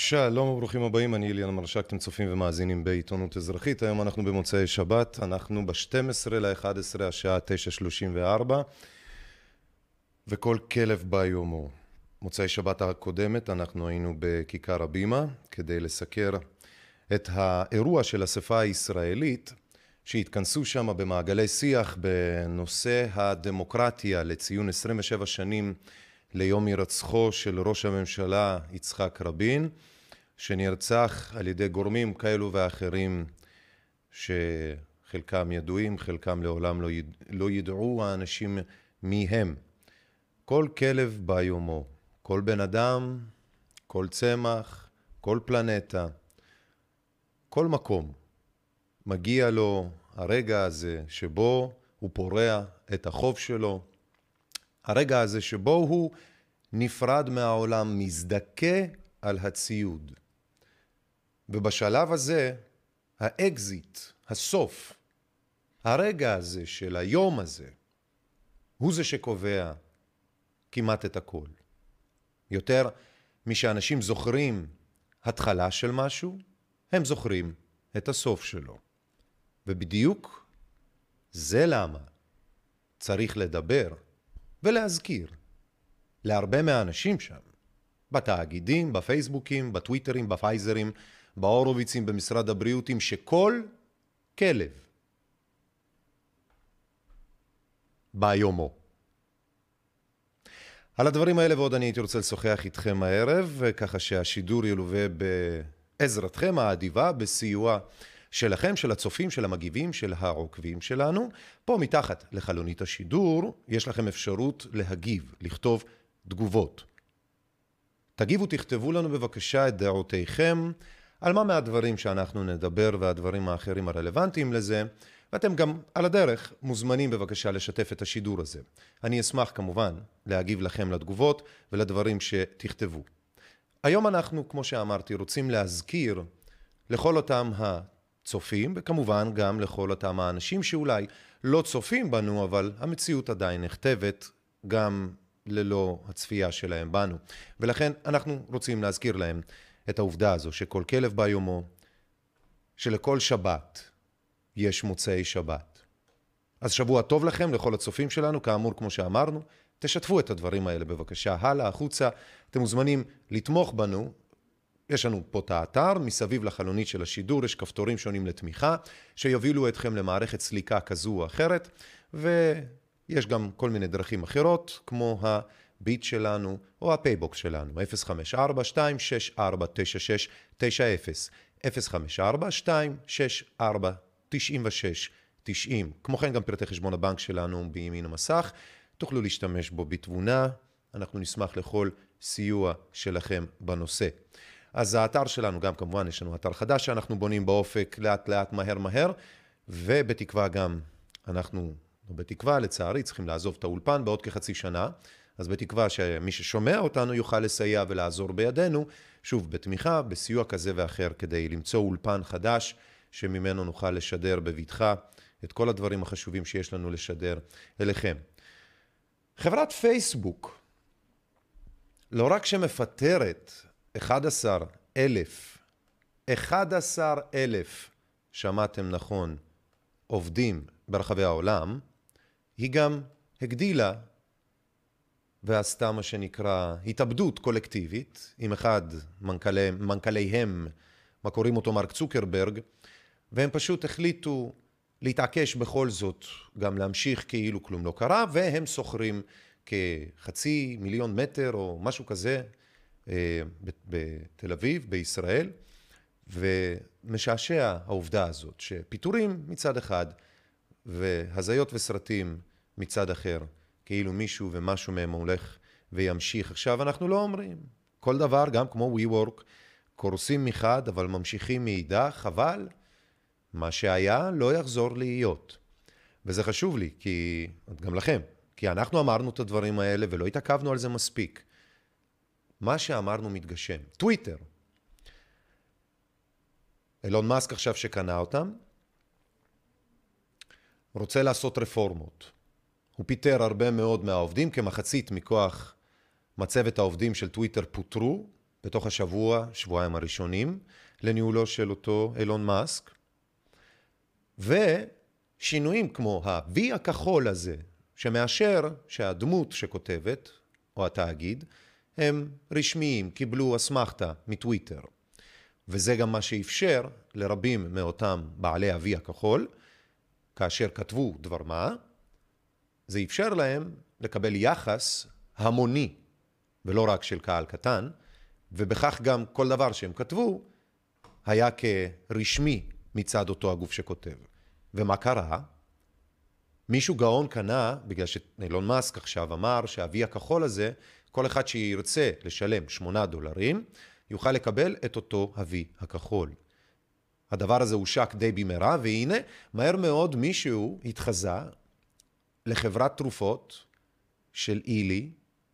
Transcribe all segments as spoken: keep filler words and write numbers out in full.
שלום וברוכים הבאים, אני אליאן מרשק, אתם צופים ומאזינים בעיתונות אזרחית. היום אנחנו במוצאי שבת, אנחנו ב-שתים עשרה לאחד עשרה, השעה תשע שלושים וארבע, וכל כלב ביומו. מוצאי שבת הקודמת אנחנו היינו בכיכר הבימה, כדי לסקר את האירוע של השפה הישראלית, שהתכנסו שם במעגלי שיח בנושא הדמוקרטיה לציון עשרים ושבע שנים ליום הירצחו של ראש הממשלה יצחק רבין, שנרצח על ידי גורמים כאלו ואחרים שחלקם ידועים, חלקם לעולם לא, יד... לא ידעו האנשים מי הם. כל כלב ביומו, כל בן אדם, כל צמח, כל פלנטה, כל מקום, מגיע לו הרגע הזה שבו הוא פורע את החוב שלו, הרגע הזה שבו הוא נפרד מהעולם, מזדכה על הציוד. ובשלב הזה, האקזיט, הסוף, הרגע הזה של היום הזה, הוא זה שקובע כמעט את הכל. יותר משאנשים זוכרים התחלה של משהו, הם זוכרים את הסוף שלו. ובדיוק זה למה צריך לדבר ולהזכיר להרבה מהאנשים שם, בתאגידים, בפייסבוקים, בטוויטרים, בפייזרים, באורוביצים, במשרד הבריאותים, שכל כלב ביומו. על הדברים האלה ועוד אני הייתי רוצה לשוחח איתכם הערב, ככה שהשידור ילווה בעזרתכם האדיבה, בסיוע שלכם, של הצופים, של המגיבים, של העוקבים שלנו. פה מתחת לחלונית השידור יש לכם אפשרות להגיב, לכתוב תגובות. תגיבו, תכתבו לנו בבקשה את דעותיכם על מה מהדברים שאנחנו נדבר והדברים האחרים הרלוונטיים לזה, ואתם גם על הדרך מוזמנים בבקשה לשתף את השידור הזה. אני אשמח כמובן להגיב לכם לתגובות ולדברים שתכתבו. היום אנחנו, כמו שאמרתי, רוצים להזכיר לכל אותם הצופים, וכמובן גם לכל אותם האנשים שאולי לא צופים בנו, אבל המציאות עדיין נכתבת גם ללא הצפייה שלהם בנו. ולכן אנחנו רוצים להזכיר להם את העובדה הזו שכל כלב ביומו, שלכל שבת יש מוצאי שבת. אז שבוע טוב לכם, לכל הצופים שלנו, כאמור כמו שאמרנו, תשתפו את הדברים האלה בבקשה הלאה, החוצה. אתם מוזמנים לתמוך בנו, יש לנו פה את האתר, מסביב לחלונית של השידור יש כפתורים שונים לתמיכה, שיובילו אתכם למערכת סליקה כזו או אחרת, ויש גם כל מיני דרכים אחרות, כמו הביט שלנו או הפייבוקס שלנו, אפס חמש ארבע שתיים שש ארבע תשע שש תשע אפס, אפס חמש ארבע שתיים שש ארבע תשע שש תשע אפס. כמו כן גם פרטי חשבון הבנק שלנו בימין המסך, תוכלו להשתמש בו בתבונה, אנחנו נשמח לכל סיוע שלכם בנושא. אז האתר שלנו גם כמובן, יש לנו אתר חדש שאנחנו בונים באופק לאט לאט מהר מהר, ובתקווה גם אנחנו, בתקווה לצערי, צריכים לעזוב את האולפן בעוד כחצי שנה, אז בתקווה שמי ששומע אותנו יוכל לסייע ולעזור בידינו, שוב בתמיכה, בסיוע כזה ואחר, כדי למצוא אולפן חדש, שממנו נוכל לשדר בביטחה את כל הדברים החשובים שיש לנו לשדר אליכם. חברת פייסבוק, לא רק שמפטרת אחד עשר אלף, אחד עשר אלף, שמעתם נכון, עובדים ברחבי העולם, היא גם הגדילה ועשתה מה שנקרא התאבדות קולקטיבית, עם אחד מנכלי, מנכליהם, מה קוראים אותו מרק צוקרברג, והם פשוט החליטו להתעקש בכל זאת, גם להמשיך כאילו כלום לא קרה, והם סוחרים כחצי מיליון מטר או משהו כזה, בתל אביב, בישראל, ומשעשע העובדה הזאת, שפיטורים מצד אחד, והזיות וסרטים מצד אחר, כאילו מישהו ומשהו מהם הולך וימשיך. עכשיו אנחנו לא אומרים, כל דבר, גם כמו WeWork, קורסים מחד, אבל ממשיכים מאידך, אבל מה שהיה לא יחזור להיות. וזה חשוב לי, כי, גם לכם, כי אנחנו אמרנו את הדברים האלה ולא התעכבנו על זה מספיק. מה שאמרנו מתגשם. טוויטר. אילון מאסק עכשיו שקנה אותם, רוצה לעשות רפורמות. הוא פיטר הרבה מאוד מהעובדים, כמחצית מכוח מצבת העובדים של טוויטר פוטרו, בתוך השבוע, שבועיים הראשונים, לניהולו של אותו אילון מאסק. ושינויים כמו ה-V הכחול הזה, שמאשר שהדמות שכותבת, או התאגיד, הם רשמיים, קיבלו אסמכתה מטוויטר. וזה גם מה שאפשר לרבים מאותם בעלי ה-V הכחול, כאשר כתבו דבר מה, זה אפשר להם לקבל יחס המוני, ולא רק של קהל קטן, ובכך גם כל דבר שהם כתבו היה כרשמי מצד אותו הגוף שכותב. ומה קרה? מישהו גאון קנה, בגלל שאילון מאסק עכשיו אמר שה-V הכחול הזה, כל אחד שירצה לשלם שמונה דולרים, יוכל לקבל את אותו ה-V הכחול. הדבר הזה הושק די במהרה, והנה, מהר מאוד מישהו התחזה לחברת תרופות של אילי,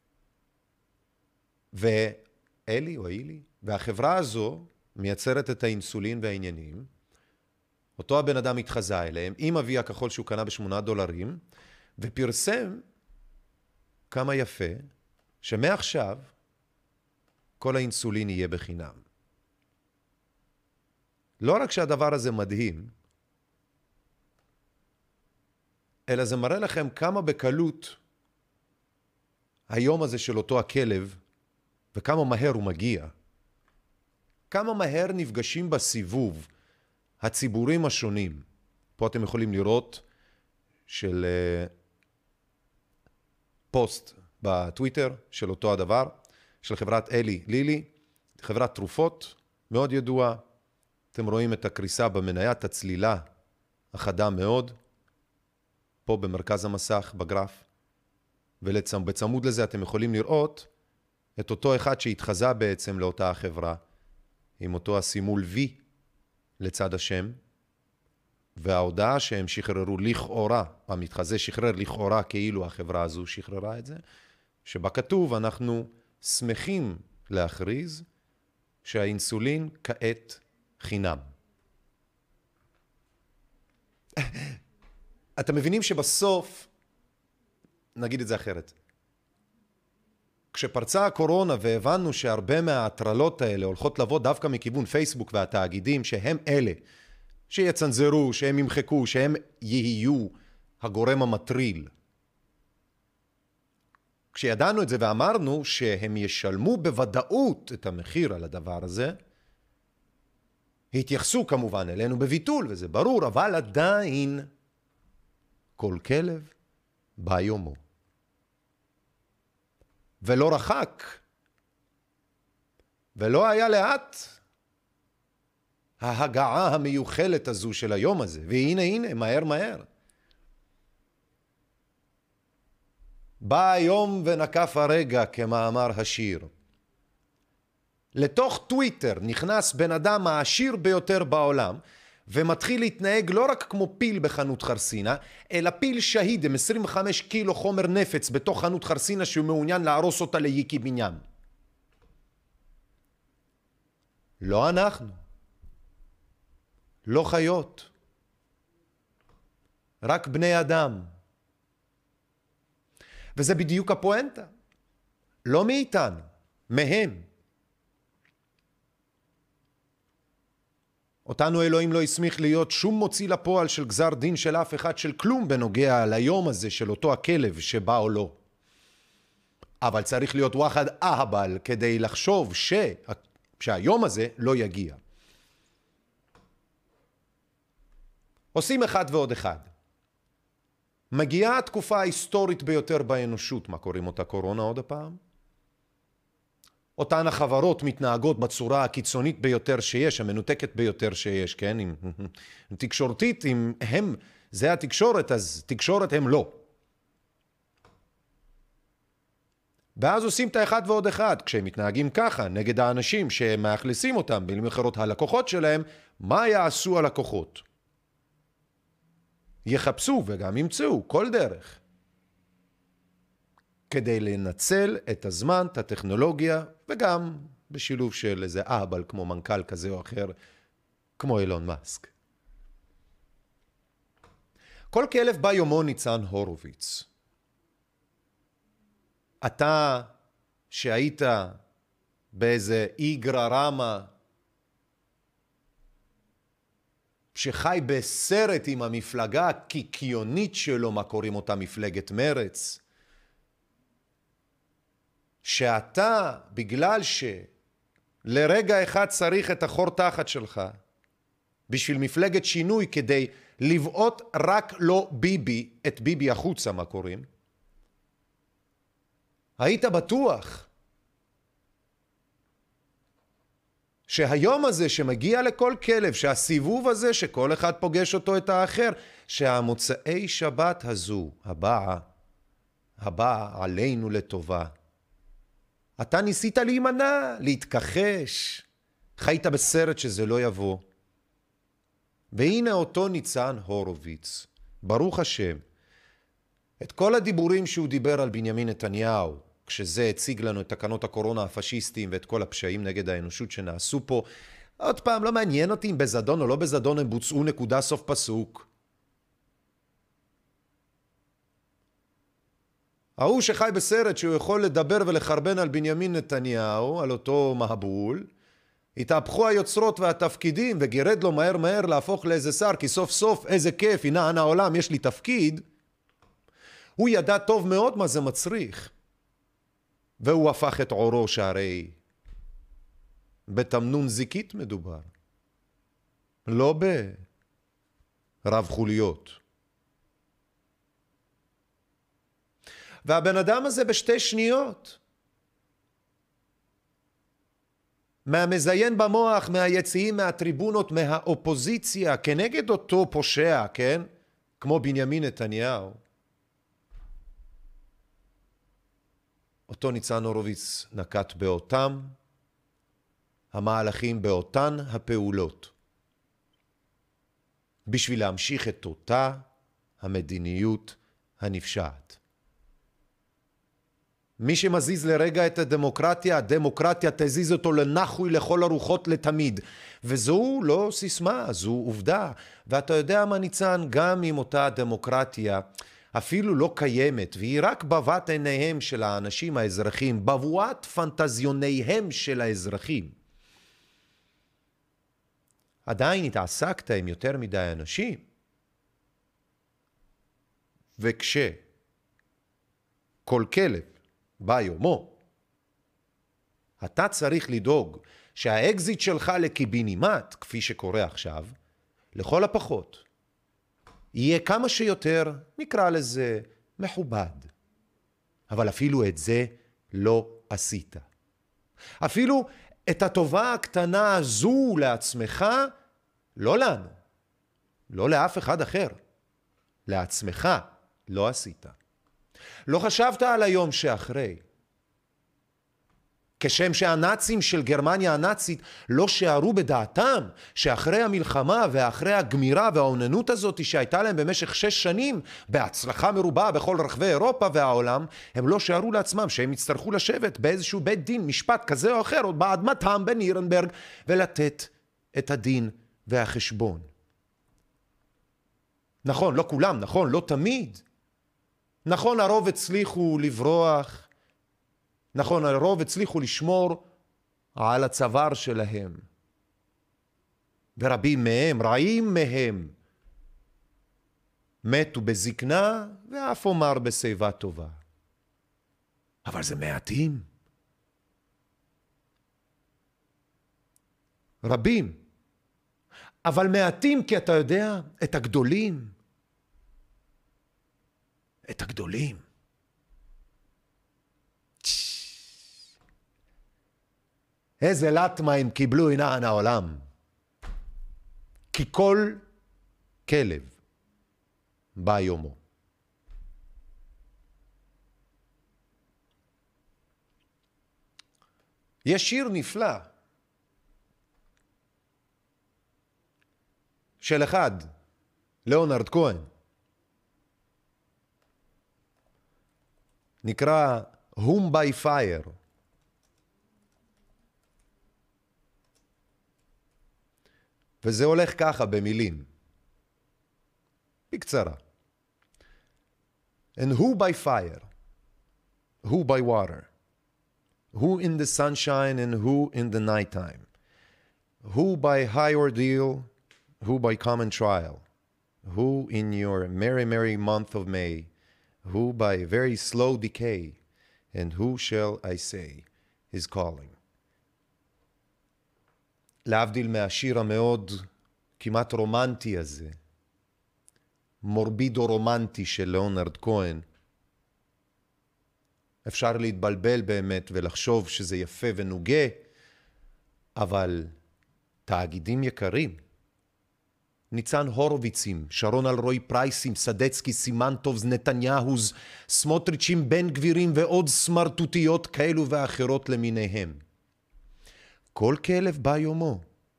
ואלי או אילי, והחברה הזו מייצרת את האינסולין והעניינים, אותו הבן אדם התחזה אליהם, עם ה-V הכחול שהוא קנה בשמונה דולרים, ופרסם כמה יפה, שמעכשיו כל האינסולין יהיה בחינם. לא רק שהדבר הזה מדהים, אלא זה מראה לכם כמה בקלות היום הזה של אותו הכלב, וכמה מהר הוא מגיע. כמה מהר נפגשים בסיבוב הציבורים השונים. פה אתם יכולים לראות של פוסט בטוויטר של אותו הדבר, של חברת אלי לילי, חברת תרופות מאוד ידועה. אתם רואים את הקריסה במניה, את הצלילה החדה מאוד, פה במרכז המסך, בגרף. ובצמוד לזה אתם יכולים לראות את אותו אחד שהתחזה בעצם לאותה החברה, עם אותו הסימול V לצד השם, וההודעה שהם שחררו לכאורה, המתחזה שחרר לכאורה כאילו החברה הזו שחררה את זה, שבה כתוב אנחנו שמחים להכריז שהאינסולין כעת חינם. אתם מבינים שבסוף, נגיד את זה אחרת, כשפרצה הקורונה והבנו שהרבה מההטרלות האלה הולכות לבוא דווקא מכיוון פייסבוק והתאגידים שהם אלה שיצנזרו, שהם ימחקו, שהם יהיו הגורם המטריל. כשידענו את זה ואמרנו שהם ישלמו בוודאות את המחיר על הדבר הזה, התייחסו כמובן אלינו בביטול, וזה ברור, אבל עדיין כל כלב בא יומו. ולא רחק, ולא היה לאט ההגעה המיוחלת הזו של היום הזה, והנה הנה, מהר מהר. בא היום ונקף הרגע כמאמר השיר. לתוך טוויטר נכנס בן אדם העשיר ביותר בעולם, ומתחיל להתנהג לא רק כמו פיל בחנות חרסינה, אלא פיל שהיד עם עשרים וחמישה קילו חומר נפץ בתוך חנות חרסינה שהוא מעוניין להרוס אותה ליקי בניין. לא אנחנו. לא חיות. רק בני אדם. וזה בדיוק הפואנטה. לא מאיתנו, מהם. אותנו אלוהים לא הסמיך להיות שום מוציא לפועל של גזר דין של אף אחד של כלום בנוגע ליום הזה של אותו הכלב שבא או לא. אבל צריך להיות וואחד אהבל כדי לחשוב ש... שהיום הזה לא יגיע. עושים אחד ועוד אחד. מגיעה התקופה ההיסטורית ביותר באנושות, מה קוראים אותה קורונה עוד הפעם? אותן החברות מתנהגות בצורה הקיצונית ביותר שיש, המנותקת ביותר שיש, כן? עם, תקשורתית, אם הם, זה התקשורת, אז תקשורת הם לא. ואז עושים את האחד ועוד אחד, כשהם מתנהגים ככה, נגד האנשים שמאכלסים אותם, במילים אחרות הלקוחות שלהם, מה יעשו הלקוחות? יחפשו וגם ימצאו כל דרך. כדי לנצל את הזמן, את הטכנולוגיה, וגם בשילוב של איזה אהבל כמו מנכ"ל כזה או אחר, כמו אילון מאסק. כל כלב בא יומו ניצן הורוביץ. אתה שהיית באיזה איגרא רמא, שחי בסרט עם המפלגה הקיקיונית שלו, מה קוראים אותה מפלגת מרץ, שאתה, בגלל שלרגע אחד צריך את החור תחת שלך, בשביל מפלגת שינוי, כדי לבעוט רק לא ביבי, את ביבי החוצה, מה קוראים, היית בטוח שהיום הזה שמגיע לכל כלב, שהסיבוב הזה שכל אחד פוגש אותו את האחר, שהמוצאי שבת הזו, הבאה, הבאה עלינו לטובה, אתה ניסית להימנע, להתכחש, חיית בסרט שזה לא יבוא. והנה אותו ניצן הורוביץ, ברוך השם, את כל הדיבורים שהוא דיבר על בנימין נתניהו, כשזה הציג לנו את תקנות הקורונה הפשיסטיים ואת כל הפשעים נגד האנושות שנעשו פה, עוד פעם, לא מעניין אותי אם בזדון או לא בזדון הם בוצעו, נקודה, סוף פסוק. ההוא שחי בסרט שהוא יכול לדבר ולחרבן על בנימין נתניהו, על אותו מהבול, התהפכו היוצרות והתפקידים וגירד לו מהר מהר להפוך לאיזה שר, כי סוף סוף איזה כיף, הנה ענה העולם, יש לי תפקיד. הוא ידע טוב מאוד מה זה מצריך. והוא הפך את עורו, שהרי בתמנון זיקית מדובר, לא ברב חוליות. והבן אדם הזה בשתי שניות, מהמזיין במוח, מהיציאים, מהטריבונות, מהאופוזיציה, כנגד אותו פושע, כן? כמו בנימין נתניהו, אותו ניצן הורוביץ נקט באותם המהלכים, באותן הפעולות, בשביל להמשיך את אותה המדיניות הנפשעת. מי שמזיז לרגע את הדמוקרטיה, הדמוקרטיה תזיז אותו לנחוי לכל הרוחות לתמיד. וזו לא סיסמה, זו עובדה. ואתה יודע מה ניצן, גם אם אותה הדמוקרטיה אפילו לא קיימת, והיא רק בבת עיניהם של האנשים האזרחים, בבואת פנטזיוניהם של האזרחים, עדיין התעסקת עם יותר מדי אנשים. וכש כל כלב בא יומו, אתה צריך לדאוג שהאקזיט שלך לקיבינימט, כפי שקורה עכשיו, לכל הפחות, יהיה כמה שיותר, נקרא לזה, מכובד. אבל אפילו את זה לא עשית. אפילו את הטובה הקטנה הזו לעצמך, לא לנו, לא לאף אחד אחר, לעצמך לא עשית. לא חשבת על היום שאחרי. כשם שהנאצים של גרמניה הנאצית לא שערו בדעתם שאחרי המלחמה ואחרי הגמירה והעוננות הזאת שהייתה להם במשך שש שנים בהצלחה מרובה בכל רחבי אירופה והעולם, הם לא שערו לעצמם שהם יצטרכו לשבת באיזשהו בית דין משפט כזה או אחר עוד באדמתם בנירנברג ולתת את הדין והחשבון. נכון, לא כולם, נכון, לא תמיד. נכון, הרוב הצליחו לברוח, נכון, הרוב הצליחו לשמור על הצוואר שלהם. ורבים מהם, רעים מהם, מתו בזקנה ואף אומר בשיבה טובה. אבל זה מעטים. רבים. אבל מעטים כי אתה יודע, את הגדולים, את הגדולים. איזה לטמה הם קיבלו עינן העולם. כי כל כלב בא יומו. יש שיר נפלא של אחד, ליאונרד כהן, נקרא Whom by Fire. וזה הולך ככה במילים, בקצרה. And who by fire, who by water, Who in the sunshine and who in the nighttime? Who by high ordeal, who by common trial? Who in your merry, merry month of May? Who by very slow decay? And who shall I say is calling? להבדיל מהשיר המאוד כמעט רומנטי הזה, מורבידו רומנטי של ליאונרד כהן, אפשר להתבלבל באמת ולחשוב שזה יפה ונוגה, אבל תאגידים יקרים, ניצן הורוביצים, שרון אלרועי פרייסים, סדצקי, סימנטובס, נתניהוז, סמוטריצ'ים, בן גבירים ועוד סמרטוטיות כאלו ואחרות למיניהם. כל כלב בא יומו.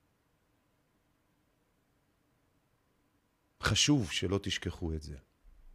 חשוב שלא תשכחו את זה.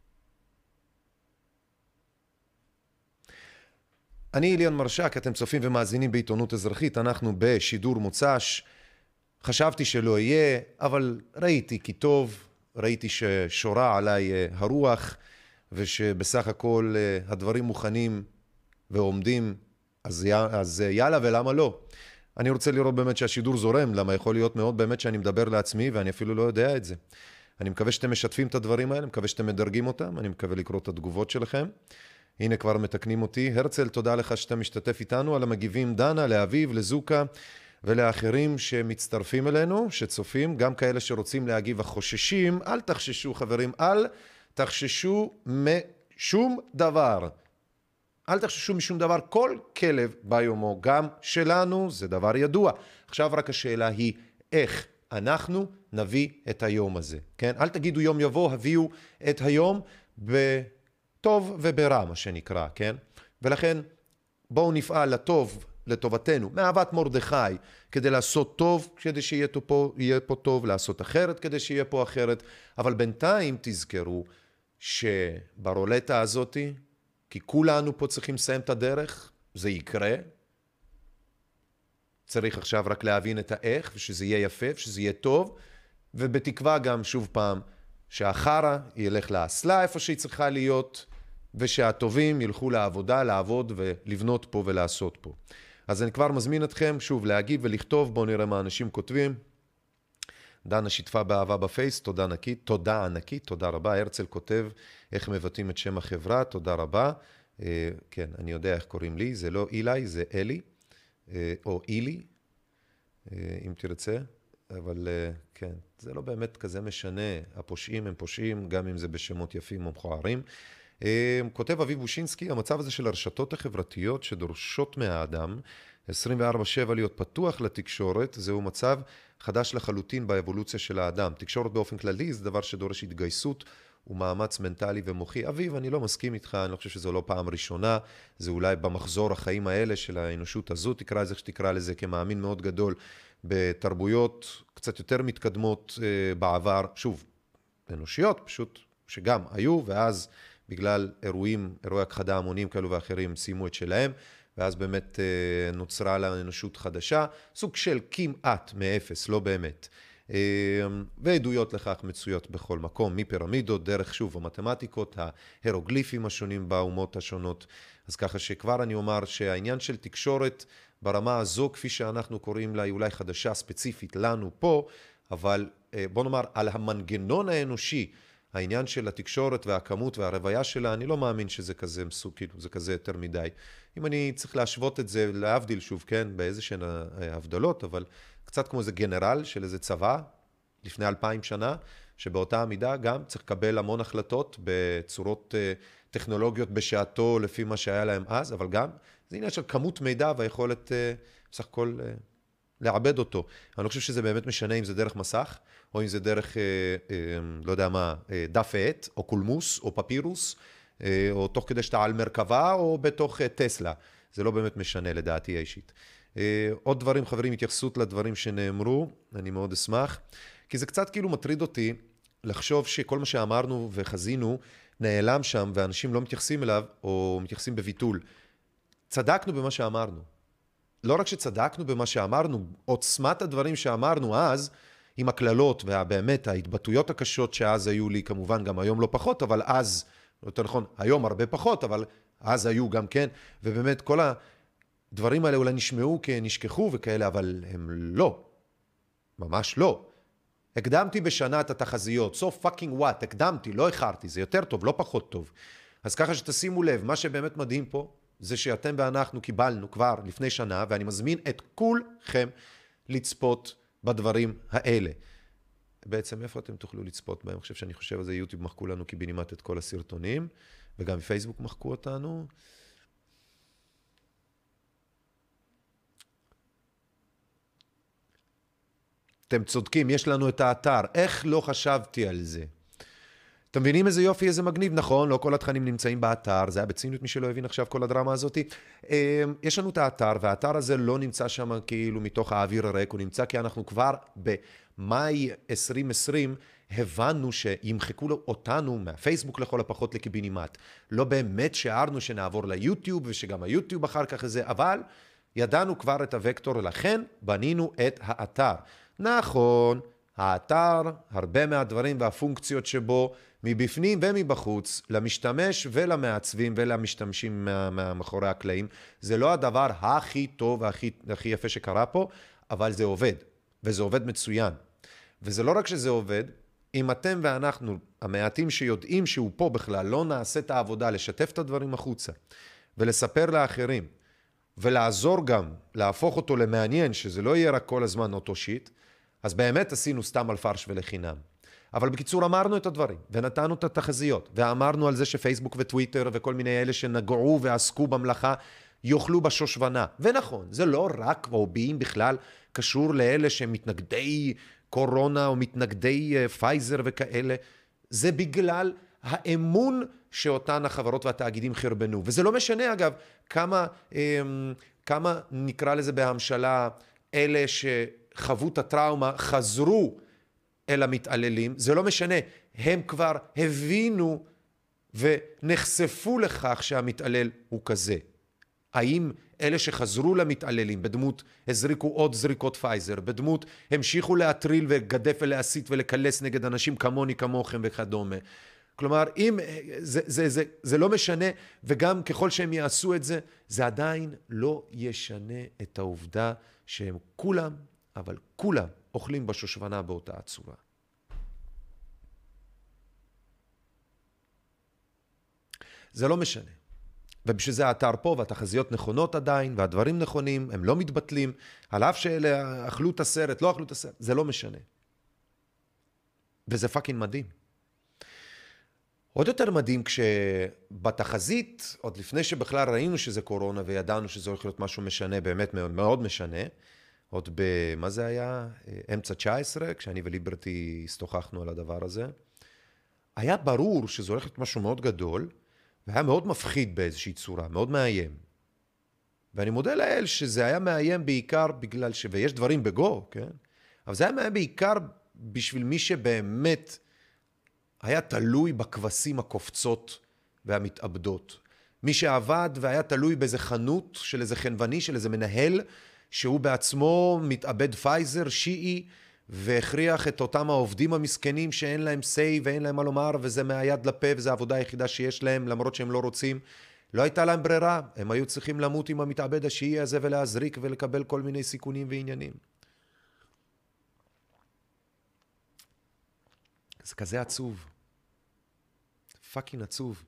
אני איליאן מרשק, אתם צופים ומאזינים בעיתונות אזרחית, אנחנו בשידור מוצ"ש. חשבתי שלא יהיה, אבל ראיתי כי טוב, ראיתי ששורה עליי הרוח, ושבסך הכל הדברים מוכנים ועומדים, אז, אז יאללה ולמה לא. אני רוצה לראות באמת שהשידור זורם, למה יכול להיות מאוד באמת שאני מדבר לעצמי, ואני אפילו לא יודע את זה. אני מקווה שאתם משתפים את הדברים האלה, אני מקווה שאתם מדרגים אותם, אני מקווה לקרוא את התגובות שלכם. הנה כבר מתקנים אותי. הרצל, תודה לך שאתה משתתף איתנו, על המגיבים דנה, לאביב, לזוקה ולאחרים שמצטרפים אלינו, שצופים, גם כאלה שרוצים להגיב החוששים. אל תחששו חברים, אל תחששו משום דבר. אל תחששו משום דבר, כל כלב ביומו, גם שלנו, זה דבר ידוע. עכשיו רק השאלה היא, איך אנחנו נביא את היום הזה, כן? אל תגידו יום יבוא, הביאו את היום בטוב וברע, מה שנקרא, כן? ולכן בואו נפעל לטוב, לטובתנו, מאהבת מרדכי, כדי לעשות טוב, כדי שיהיה פה, יהיה פה טוב, לעשות אחרת, כדי שיהיה פה אחרת. אבל בינתיים תזכרו שברולטה הזאת, כי כולנו פה צריכים לסיים את הדרך, זה יקרה. צריך עכשיו רק להבין את האיך, ושזה יהיה יפה, ושזה יהיה טוב, ובתקווה גם שוב פעם, שהחרה ילך לאסלה איפה שהיא צריכה להיות, ושהטובים ילכו לעבודה, לעבוד ולבנות פה ולעשות פה. אז אני כבר מזמין אתכם שוב להגיב ולכתוב, בואו נראה מה אנשים כותבים. דנה שיתפה באהבה בפייס, תודה ענקית, תודה ענקית, תודה רבה. הרצל כותב איך מבטאים את שם החברה, תודה רבה. אה, כן, אני יודע איך קוראים לי, זה לא אילי, זה אלי, אה, או אילי, אה, אם תרצה. אבל אה, כן, זה לא באמת כזה משנה. הפושעים הם פושעים, גם אם זה בשמות יפים או מכוערים. אה, כותב אביב בושינסקי, המצב הזה של הרשתות החברתיות שדורשות מהאדם עשרים וארבע שבע להיות פתוח לתקשורת, זהו מצב חדש לחלוטין באבולוציה של האדם. תקשורת באופן כללי זה דבר שדורש התגייסות ומאמץ מנטלי ומוחי. אביב, אני לא מסכים איתך, אני לא חושב שזו לא פעם ראשונה, זה אולי במחזור החיים האלה של האנושות הזו, תקרא לזה שתקרא לזה כמאמין מאוד גדול בתרבויות קצת יותר מתקדמות בעבר, שוב, אנושיות פשוט, שגם היו, ואז בגלל אירועים, אירועי הכחדה המוניים כאלו ואחרים, סיימו את שלהם, ואז באמת נוצרה לה אנושות חדשה, סוג של כמעט מאפס, לא באמת. ועדויות לכך מצויות בכל מקום, מפירמידות, דרך שוב המתמטיקות, ההירוגליפים השונים באומות השונות. אז ככה שכבר אני אומר שהעניין של תקשורת ברמה הזו, כפי שאנחנו קוראים לה, היא אולי חדשה ספציפית לנו פה, אבל בוא נאמר על המנגנון האנושי, העניין של התקשורת והכמות והרוויה שלה, אני לא מאמין שזה כזה מסוג, כאילו, זה כזה יותר מדי. אם אני צריך להשוות את זה, להבדיל שוב, כן, באיזה שהן הבדלות, אבל קצת כמו איזה גנרל של איזה צבא, לפני אלפיים שנה, שבאותה המידה גם צריך לקבל המון החלטות בצורות טכנולוגיות בשעתו, לפי מה שהיה להם אז, אבל גם זה עניין של כמות מידע והיכולת בסך הכל לעבד אותו. אני לא חושב שזה באמת משנה אם זה דרך מסך, או אם זה דרך, לא יודע מה, דף עט, או קולמוס, או פפירוס, או תוך כדי שאתה על מרכבה, או בתוך טסלה. זה לא באמת משנה לדעתי האישית. עוד דברים, חברים, התייחסות לדברים שנאמרו, אני מאוד אשמח, כי זה קצת כאילו מטריד אותי לחשוב שכל מה שאמרנו וחזינו נעלם שם, ואנשים לא מתייחסים אליו, או מתייחסים בביטול. צדקנו במה שאמרנו. לא רק שצדקנו במה שאמרנו, עוצמת הדברים שאמרנו אז, עם הכללות והבאמת ההתבטאויות הקשות שאז היו לי, כמובן גם היום לא פחות, אבל אז, יותר נכון, היום הרבה פחות, אבל אז היו גם כן, ובאמת כל דברים האלה אולי נשמעו כנשכחו וכאלה, אבל הם לא. ממש לא. הקדמתי בשנה את התחזיות. So fucking what? הקדמתי, לא איחרתי. זה יותר טוב, לא פחות טוב. אז ככה שתשימו לב, מה שבאמת מדהים פה, זה שאתם ואנחנו קיבלנו כבר לפני שנה, ואני מזמין את כולכם לצפות בדברים האלה. בעצם איפה אתם תוכלו לצפות בהם? אני חושב שאני חושב על זה, יוטיוב מחקו לנו קיבינימט את כל הסרטונים, וגם פייסבוק מחקו אותנו. אתם צודקים, יש לנו את האתר. איך לא חשבתי על זה? אתם מבינים איזה יופי, איזה מגניב? נכון, לא כל התכנים נמצאים באתר, זה היה בציניות מי שלא הבין עכשיו כל הדרמה הזאת. יש לנו את האתר, והאתר הזה לא נמצא שם כאילו מתוך האוויר הריק, הוא נמצא כי אנחנו כבר במאי עשרים עשרים הבנו שימחקו אותנו מהפייסבוק לכל הפחות לקיבינימט. לא באמת שערנו שנעבור ליוטיוב, ושגם היוטיוב אחר כך זה, אבל ידענו כבר את הוקטור, לכן בנינו את האתר. נכון, האתר, הרבה מהדברים והפונקציות שבו, מבפנים ומבחוץ, למשתמש ולמעצבים ולמשתמשים מאחורי הקלעים, זה לא הדבר הכי טוב והכי הכי יפה שקרה פה, אבל זה עובד, וזה עובד מצוין. וזה לא רק שזה עובד, אם אתם ואנחנו, המעטים שיודעים שהוא פה בכלל, לא נעשה את העבודה, לשתף את הדברים החוצה, ולספר לאחרים, ולעזור גם, להפוך אותו למעניין, שזה לא יהיה רק כל הזמן אותו שיט, אז באמת עשינו סתם על פרש ולחינם. אבל בקיצור אמרנו את הדברים, ונתנו את התחזיות, ואמרנו על זה שפייסבוק וטוויטר וכל מיני אלה שנגעו ועסקו במלאכה, יאכלו בשושבנה. ונכון, זה לא רק, או בים בכלל, קשור לאלה שמתנגדי קורונה, או מתנגדי פייזר וכאלה, זה בגלל האמון שאותן החברות והתאגידים חרבנו. וזה לא משנה אגב, כמה, כמה נקרא לזה בהמשלה, אלה שחוו את הטראומה, חזרו אל המתעללים, זה לא משנה, הם כבר הבינו ונחשפו לכך שהמתעלל הוא כזה. האם אלה שחזרו למתעללים בדמות הזריקו עוד זריקות פייזר, בדמות המשיכו להטריל וגדף ולהסית ולקלס נגד אנשים כמוני כמוכם וכדומה. כלומר, אם זה, זה, זה, זה לא משנה, וגם ככל שהם יעשו את זה, זה עדיין לא ישנה את העובדה שהם כולם, אבל כולם אוכלים בשושבנה באותה הצורה. זה לא משנה. ובשביל זה האתר פה, והתחזיות נכונות עדיין, והדברים נכונים, הם לא מתבטלים, על אף שאלה אכלו את הסרט, לא אכלו את הסרט, זה לא משנה. וזה פאקינג מדהים. עוד יותר מדהים כשבתחזית, עוד לפני שבכלל ראינו שזה קורונה, וידענו שזה הולך להיות משהו משנה, באמת מאוד, מאוד משנה, עוד ב... מה זה היה? אמצע תשע עשרה, כשאני וליברטי הסתוכחנו על הדבר הזה. היה ברור שזה הולך להיות משהו מאוד גדול, והיה מאוד מפחיד באיזושהי צורה, מאוד מאיים. ואני מודה לאל שזה היה מאיים בעיקר בגלל ש... ויש דברים בגו, כן? אבל זה היה מאיים בעיקר בשביל מי שבאמת היה תלוי בכבשים הקופצות והמתאבדות. מי שעבד והיה תלוי באיזה חנות של איזה חנווני, של איזה מנהל, שהוא בעצמו מתאבד פייזר, שיעי, והכריח את אותם העובדים המסכנים שאין להם סי ואין להם מה לומר, וזה מהיד לפה, וזו העבודה היחידה שיש להם, למרות שהם לא רוצים. לא הייתה להם ברירה, הם היו צריכים למות עם המתאבד השיעי הזה ולהזריק ולקבל כל מיני סיכונים ועניינים. זה כזה עצוב. פאקינג עצוב.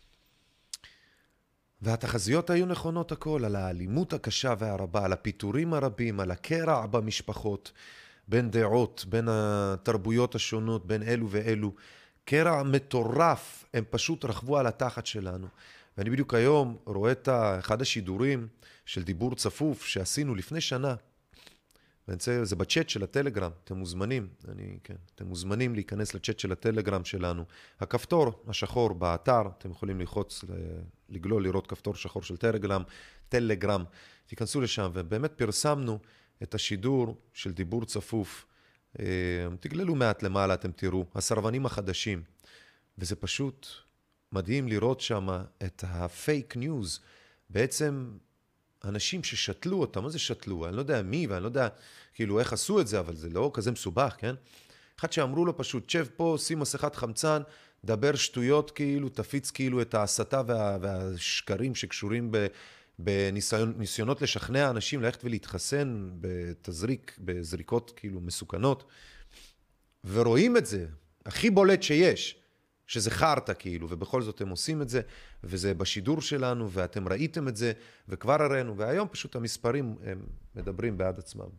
והתחזיות היו נכונות הכל, על האלימות הקשה והרבה, על הפיטורים הרבים, על הקרע במשפחות, בין דעות, בין התרבויות השונות, בין אלו ואלו. קרע מטורף, הם פשוט רכבו על התחת שלנו. ואני בדיוק היום רואה את אחד השידורים של דיבור צפוף שעשינו לפני שנה. זה בצ'אט של הטלגרם, אתם מוזמנים, אני, כן, אתם מוזמנים להיכנס לצ'אט של הטלגרם שלנו. הכפתור השחור באתר, אתם יכולים ללחוץ, לגלול, לראות כפתור שחור של טלגרם, טלגרם, תיכנסו לשם, ובאמת פרסמנו את השידור של דיבור צפוף. תגללו מעט למעלה, אתם תראו, הסרבנים החדשים, וזה פשוט מדהים לראות שם את הפייק ניוז, בעצם אנשים ששתלו אותם, מה זה שתלו? אני לא יודע מי, ואני לא יודע כאילו איך עשו את זה, אבל זה לא כזה מסובך, כן? אחד שאמרו לו פשוט, שב פה, שים מסכת חמצן, דבר שטויות כאילו, תפיץ כאילו את ההסתה וה, והשקרים שקשורים ב, בניסיונות לשכנע אנשים ללכת ולהתחסן בתזריק, בזריקות כאילו מסוכנות, ורואים את זה, הכי בולט שיש, שזה חרטה כאילו, ובכל זאת הם עושים את זה, וזה בשידור שלנו, ואתם ראיתם את זה, וכבר הראינו, והיום פשוט המספרים הם מדברים בעד עצמם.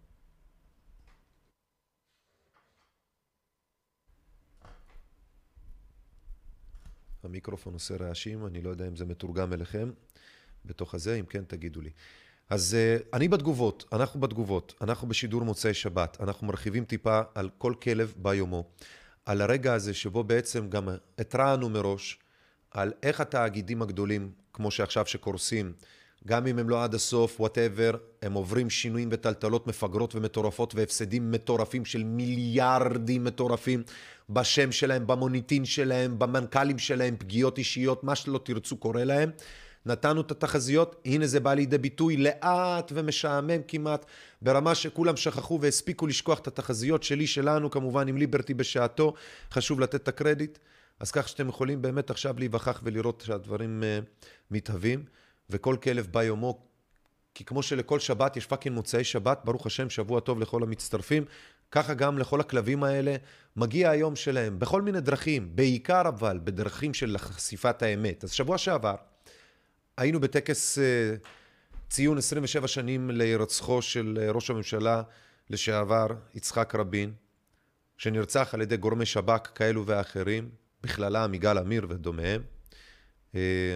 המיקרופון עושה רעשים, אני לא יודע אם זה מתורגם אליכם, בתוך הזה, אם כן תגידו לי. אז uh, אני בתגובות, אנחנו בתגובות, אנחנו בשידור מוצאי שבת, אנחנו מרחיבים טיפה על כל כלב ביומו, על הרגע הזה שבו בעצם גם התרענו מראש, על איך התאגידים הגדולים, כמו שעכשיו שקורסים, גם אם הם לא עד הסוף, whatever, הם עוברים שינויים וטלטלות מפגרות ומטורפות, והפסדים מטורפים של מיליארדים מטורפים, בשם שלהם, במוניטין שלהם, במנכ"לים שלהם, פגיעות אישיות, מה שלא תרצו קורה להם. נתנו את התחזיות, הנה זה בא לידי ביטוי לאט ומשעמם כמעט, ברמה שכולם שכחו והספיקו לשכוח את התחזיות שלי, שלנו, כמובן עם ליברטי בשעתו, חשוב לתת את הקרדיט, אז כך שאתם יכולים באמת עכשיו להיווכח ולראות שהדברים uh, מתהווים, וכל כלב ביומו, כי כמו שלכל שבת יש פאקינג מוצאי שבת, ברוך השם, שבוע טוב לכל המצטרפים, ככה גם לכל הכלבים האלה מגיע היום שלהם, בכל מיני דרכים, בעיקר אבל בדרכים של חשיפת האמת. אז שבוע שעבר, היינו בטקס uh, ציון עשרים ושבע שנים להירצחו של uh, ראש הממשלה לשעבר, יצחק רבין, שנרצח על ידי גורמי שב"כ כאלו ואחרים, בכללם יגאל עמיר ודומיהם. Uh,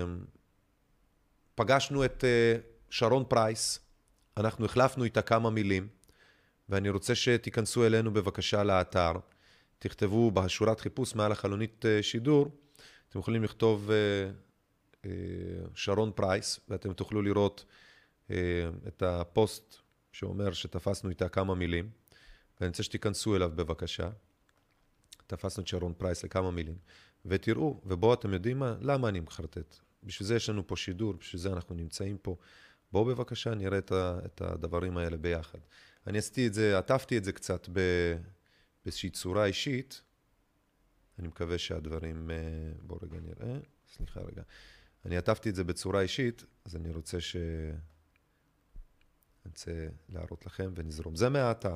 פגשנו את uh, שרון פרייס, אנחנו החלפנו איתה כמה מילים, ואני רוצה שתיכנסו אלינו בבקשה לאתר, תכתבו בשורת חיפוש מעל החלונית uh, שידור, אתם יכולים לכתוב uh, uh, שרון פרייס, ואתם תוכלו לראות uh, את הפוסט שאומר שתפסנו איתה כמה מילים, ואני רוצה שתיכנסו אליו בבקשה, תפסנו את שרון פרייס לכמה מילים, ותראו, ובואו אתם יודעים מה, למה אני מחרטט? בשביל זה יש לנו פה שידור, בשביל זה אנחנו נמצאים פה. בואו בבקשה נראה את הדברים האלה ביחד. אני עשיתי את זה, עטפתי את זה קצת באיזושהי צורה אישית. אני מקווה שהדברים, בואו רגע נראה, סליחה רגע. אני עטפתי את זה בצורה אישית, אז אני רוצה ש... אני רוצה להראות לכם ונזרום. זה מהאתר.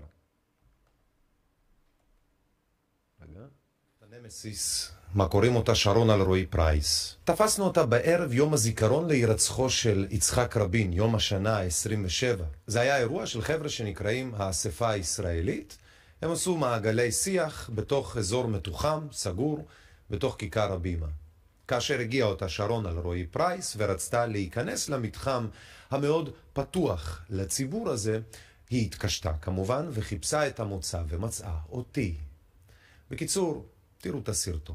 רגע. הנמסיס, מה קוראים אותה שרון אלרועי פרייס. תפסנו אותה בערב יום הזיכרון להירצחו של יצחק רבין, יום השנה ה-עשרים ושבע. זה היה אירוע של חבר'ה שנקראים האספה הישראלית. הם עשו מעגלי שיח בתוך אזור מתוחם, סגור, בתוך כיכר הבימה. כאשר הגיעה אותה שרון אלרועי פרייס ורצתה להיכנס למתחם המאוד פתוח לציבור הזה, היא התקשתה כמובן וחיפשה את המוצא ומצאה אותי. בקיצור, תראו את הסרטון.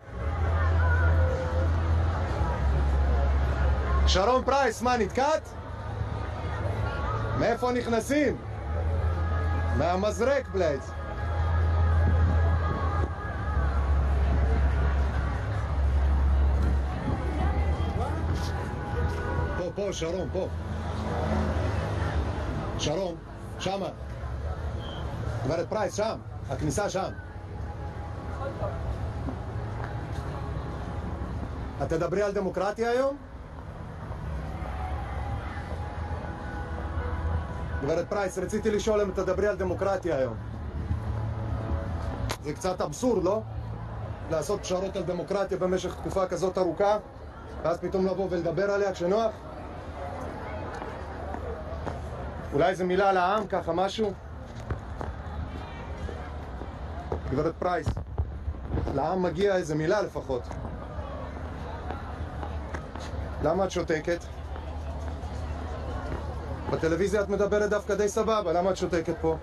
שרון פרייס, מה, נתקעת? מאיפה נכנסים? מהמזרק, בלייז. פה, פה, שרון, פה. שרון, שמה. גברת פרייס, שם. הכניסה שם. את תדברי על דמוקרטיה היום? גברת פרייס, רציתי לשאול אם תדברי על דמוקרטיה היום. זה קצת אבסורד, לא? לעשות פשרות על דמוקרטיה במשך תקופה כזאת ארוכה, ואז פתאום לבוא ולדבר עליה כשנוח? אולי איזה מילה על העם, ככה משהו? גברת פרייס, לעם מגיע איזה מילה לפחות. למה את שותקת? בטלוויזיה את מדברת דווקא די סבבה, למה את שותקת פה?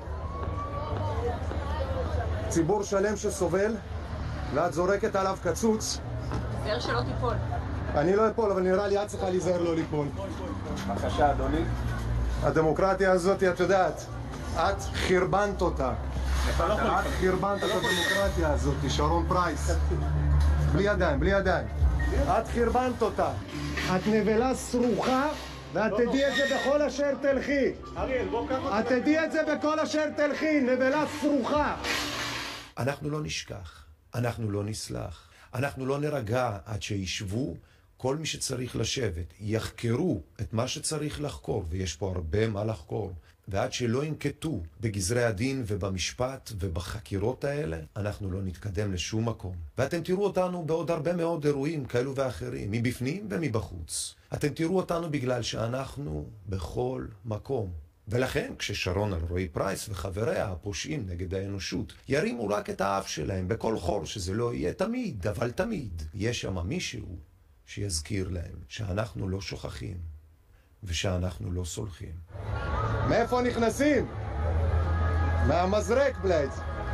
ציבור שלם שסובל, ואת זורקת עליו קצוץ. תיזהר שלא תיפול. אני לא אפול, אבל נראה לי את צריכה להיזהר לא ליפול. בבקשה, אדוני. הדמוקרטיה הזאת, את יודעת, את חרבנת אותה. את חרבנת את הדמוקרטיה הזאת, שרון פרייס. בלי ידיים, בלי ידיים. את חרבנת אותה. את נבלה סרוחה, ואת תדעי את זה בכל אשר תלכי. אריאל, בוא ככה. את תדעי את זה בכל אשר תלכי, נבלה סרוחה. אנחנו לא נשכח, אנחנו לא נסלח, אנחנו לא נרגע עד שישבו כל מי שצריך לשבת, יחקרו את מה שצריך לחקור, ויש פה הרבה מה לחקור. ועד שלא ינקטו בגזרי הדין ובמשפט ובחקירות האלה, אנחנו לא נתקדם לשום מקום. ואתם תראו אותנו בעוד הרבה מאוד אירועים כאלו ואחרים, מבפנים ומבחוץ. אתם תראו אותנו בגלל שאנחנו בכל מקום. ולכן, כששרון אלרועי פרייס וחבריה הפושעים נגד האנושות ירימו רק את האף שלהם בכל חור שזה לא יהיה, תמיד, אבל תמיד, יש שם מישהו שיזכיר להם שאנחנו לא שוכחים ושאנחנו לא סולחים. מאיפה נכנסים? מהמזרק, בלייז.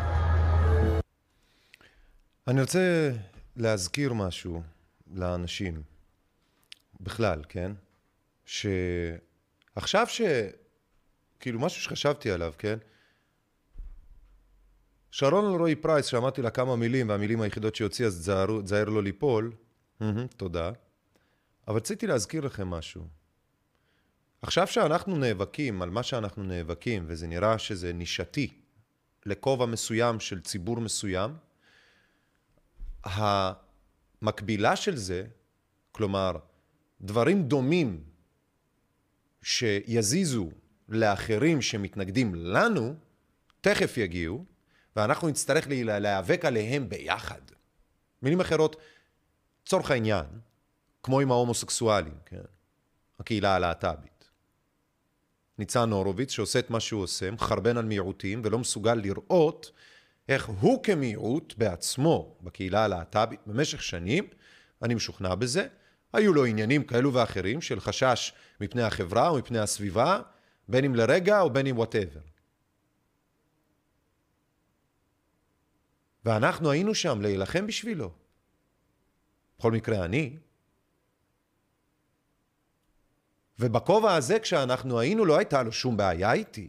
אני רוצה להזכיר משהו לאנשים, בכלל, כן? שעכשיו ש... כאילו משהו שחשבתי עליו, כן? שרון אלרועי פרייס, שאמרתי לה כמה מילים, והמילים היחידות שיוציא, אז תזהר לו ליפול. תודה. אבל רציתי להזכיר לכם משהו. עכשיו שאנחנו נאבקים על מה שאנחנו נאבקים, וזה נראה שזה נישתי לכובע מסוים של ציבור מסוים, המקבילה של זה, כלומר, דברים דומים שיזיזו לאחרים שמתנגדים לנו, תכף יגיעו, ואנחנו נצטרך להיאבק עליהם ביחד. מילים אחרות, צורך העניין, כמו עם ההומוסקסואלים, כן? הקהילה הלהט"בית. ניצן הורוביץ שעושה את מה שהוא עושה, מחרבן על מיעוטים ולא מסוגל לראות איך הוא כמיעוט בעצמו בקהילה הלהט"בית במשך שנים, אני משוכנע בזה, היו לו עניינים כאלו ואחרים של חשש מפני החברה או מפני הסביבה, בין אם לרגע או בין אם whatever. ואנחנו היינו שם להילחם בשבילו. בכל מקרה אני. ובכובע הזה כשאנחנו היינו לא הייתה לו שום בעיה איתי.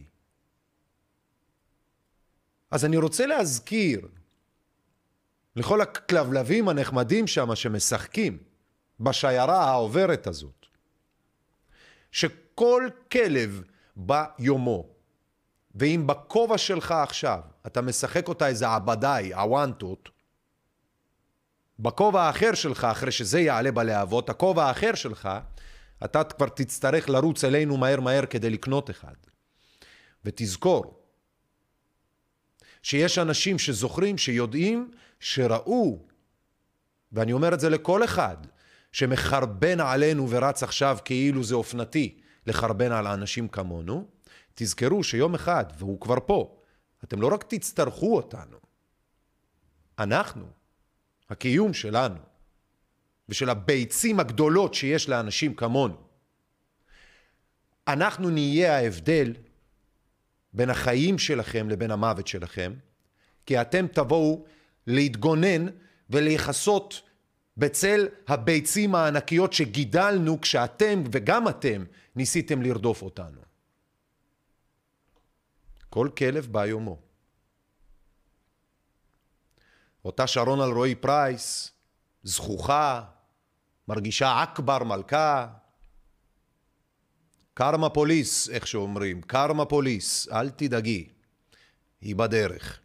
אז אני רוצה להזכיר לכל הכלבלבים הנחמדים שם שמשחקים בשיירה העוברת הזאת, שכל כלב ביומו, ואם בכובע שלך עכשיו אתה משחק אותה איזה עבדאי, הוואנטות, בכובע האחר שלך, אחרי שזה יעלה בלהבות, הכובע האחר שלך, אתה כבר תצטרך לרוץ אלינו מהר מהר כדי לקנות אחד. ותזכור, שיש אנשים שזוכרים, שיודעים, שראו, ואני אומר את זה לכל אחד, שמחרבן עלינו ורץ עכשיו כאילו זה אופנתי, לחרבן על האנשים כמונו, תזכרו שיום אחד, והוא כבר פה, אתם לא רק תצטרכו אותנו, אנחנו, הקיום שלנו, ושל הביצים הגדולות שיש לאנשים כמונו, אנחנו נהיה ההבדל בין החיים שלכם לבין המוות שלכם, כי אתם תבואו להתגונן ולהיחסות בצל הביצים הענקיות שגידלנו כשאתם וגם אתם ניסיתם לרדוף אותנו. כל כלב ביומו. אותה שרון אלרועי פרייס, זכוכה, מרגישה אכבר מלכה, קרמה פוליס, איך שאומרים, קרמה פוליס, אל תדאגי, היא בדרך.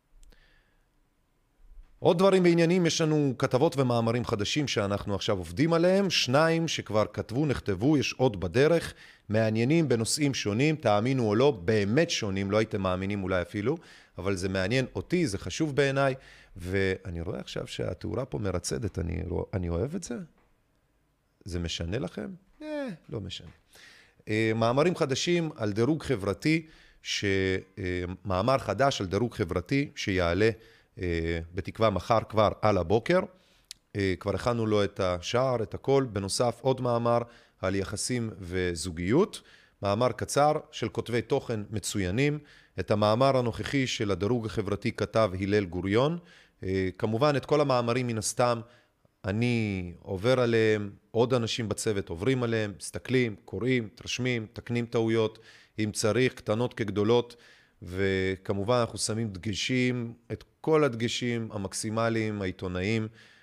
עוד דברים בעניינים, יש לנו כתבות ומאמרים חדשים שאנחנו עכשיו עובדים עליהם, שניים שכבר כתבו, נכתבו, יש עוד בדרך, מעניינים בנושאים שונים, תאמינו או לא, באמת שונים, לא הייתם מאמינים אולי אפילו, אבל זה מעניין אותי, זה חשוב בעיניי, ואני רואה עכשיו שהתאורה פה מרצדת, אני, אני אוהב את זה? זה משנה לכם? אה, לא משנה. מאמרים חדשים על דירוג חברתי, מאמר חדש על דירוג חברתי שיעלה בתקווה מחר כבר על הבוקר. כבר הכנו לו את השער, את הכל. בנוסף עוד מאמר על יחסים וזוגיות. מאמר קצר של כותבי תוכן מצוינים. את המאמר הנוכחי של הדירוג החברתי כתב הלל גוריון. כמובן את כל המאמרים מן הסתם אני עובר עליהם, עוד אנשים בצוות עוברים עליהם, מסתכלים, קוראים, תרשמים, תקנים טעויות, אם צריך, קטנות כגדולות, וכמובן אנחנו שמים דגשים, את כל הדגשים המקסימליים, העיתונאיים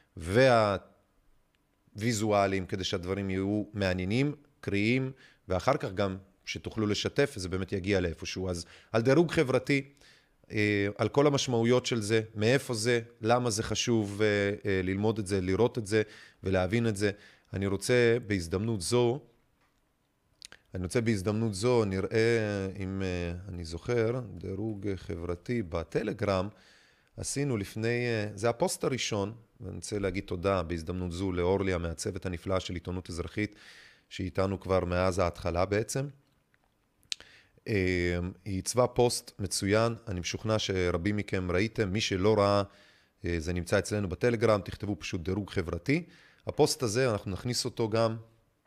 והוויזואליים, כדי שהדברים יהיו מעניינים, קריאים, ואחר כך גם שתוכלו לשתף, וזה באמת יגיע לאיפשהו. אז על דירוג חברתי, על כל המשמעויות של זה, מאיפה זה, למה זה חשוב ללמוד את זה, לראות את זה ולהבין את זה. אני רוצה בהזדמנות זו, אני רוצה בהזדמנות זו, נראה אם אני זוכר, דירוג חברתי בטלגרם, עשינו לפני, זה הפוסט הראשון, ואני רוצה להגיד תודה בהזדמנות זו לאורלי המעצבת הנפלאה של עיתונות אזרחית, שהיא איתנו כבר מאז ההתחלה בעצם. היא עיצבה פוסט מצוין, אני משוכנע שרבים מכם ראיתם, מי שלא ראה, זה נמצא אצלנו בטלגרם, תכתבו פשוט דירוג חברתי. הפוסט הזה, אנחנו נכניס אותו גם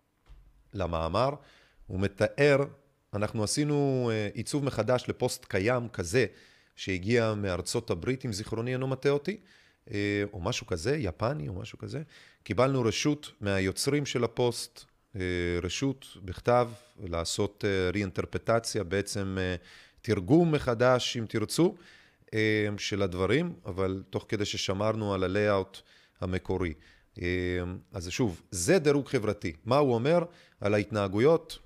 למאמר, הוא מתאר, אנחנו עשינו עיצוב מחדש לפוסט קיים כזה, שהגיע מארצות הברית, אם זיכרוני אינו מטעה אותי, או משהו כזה, יפני או משהו כזה. קיבלנו רשות מהיוצרים של הפוסט, רשות בכתב, לעשות ריאינטרפטציה, בעצם תרגום מחדש, אם תרצו, של הדברים, אבל תוך כדי ששמרנו על הלייאוט המקורי. אז שוב, זה דירוג חברתי. מה הוא אומר על ההתנהגויות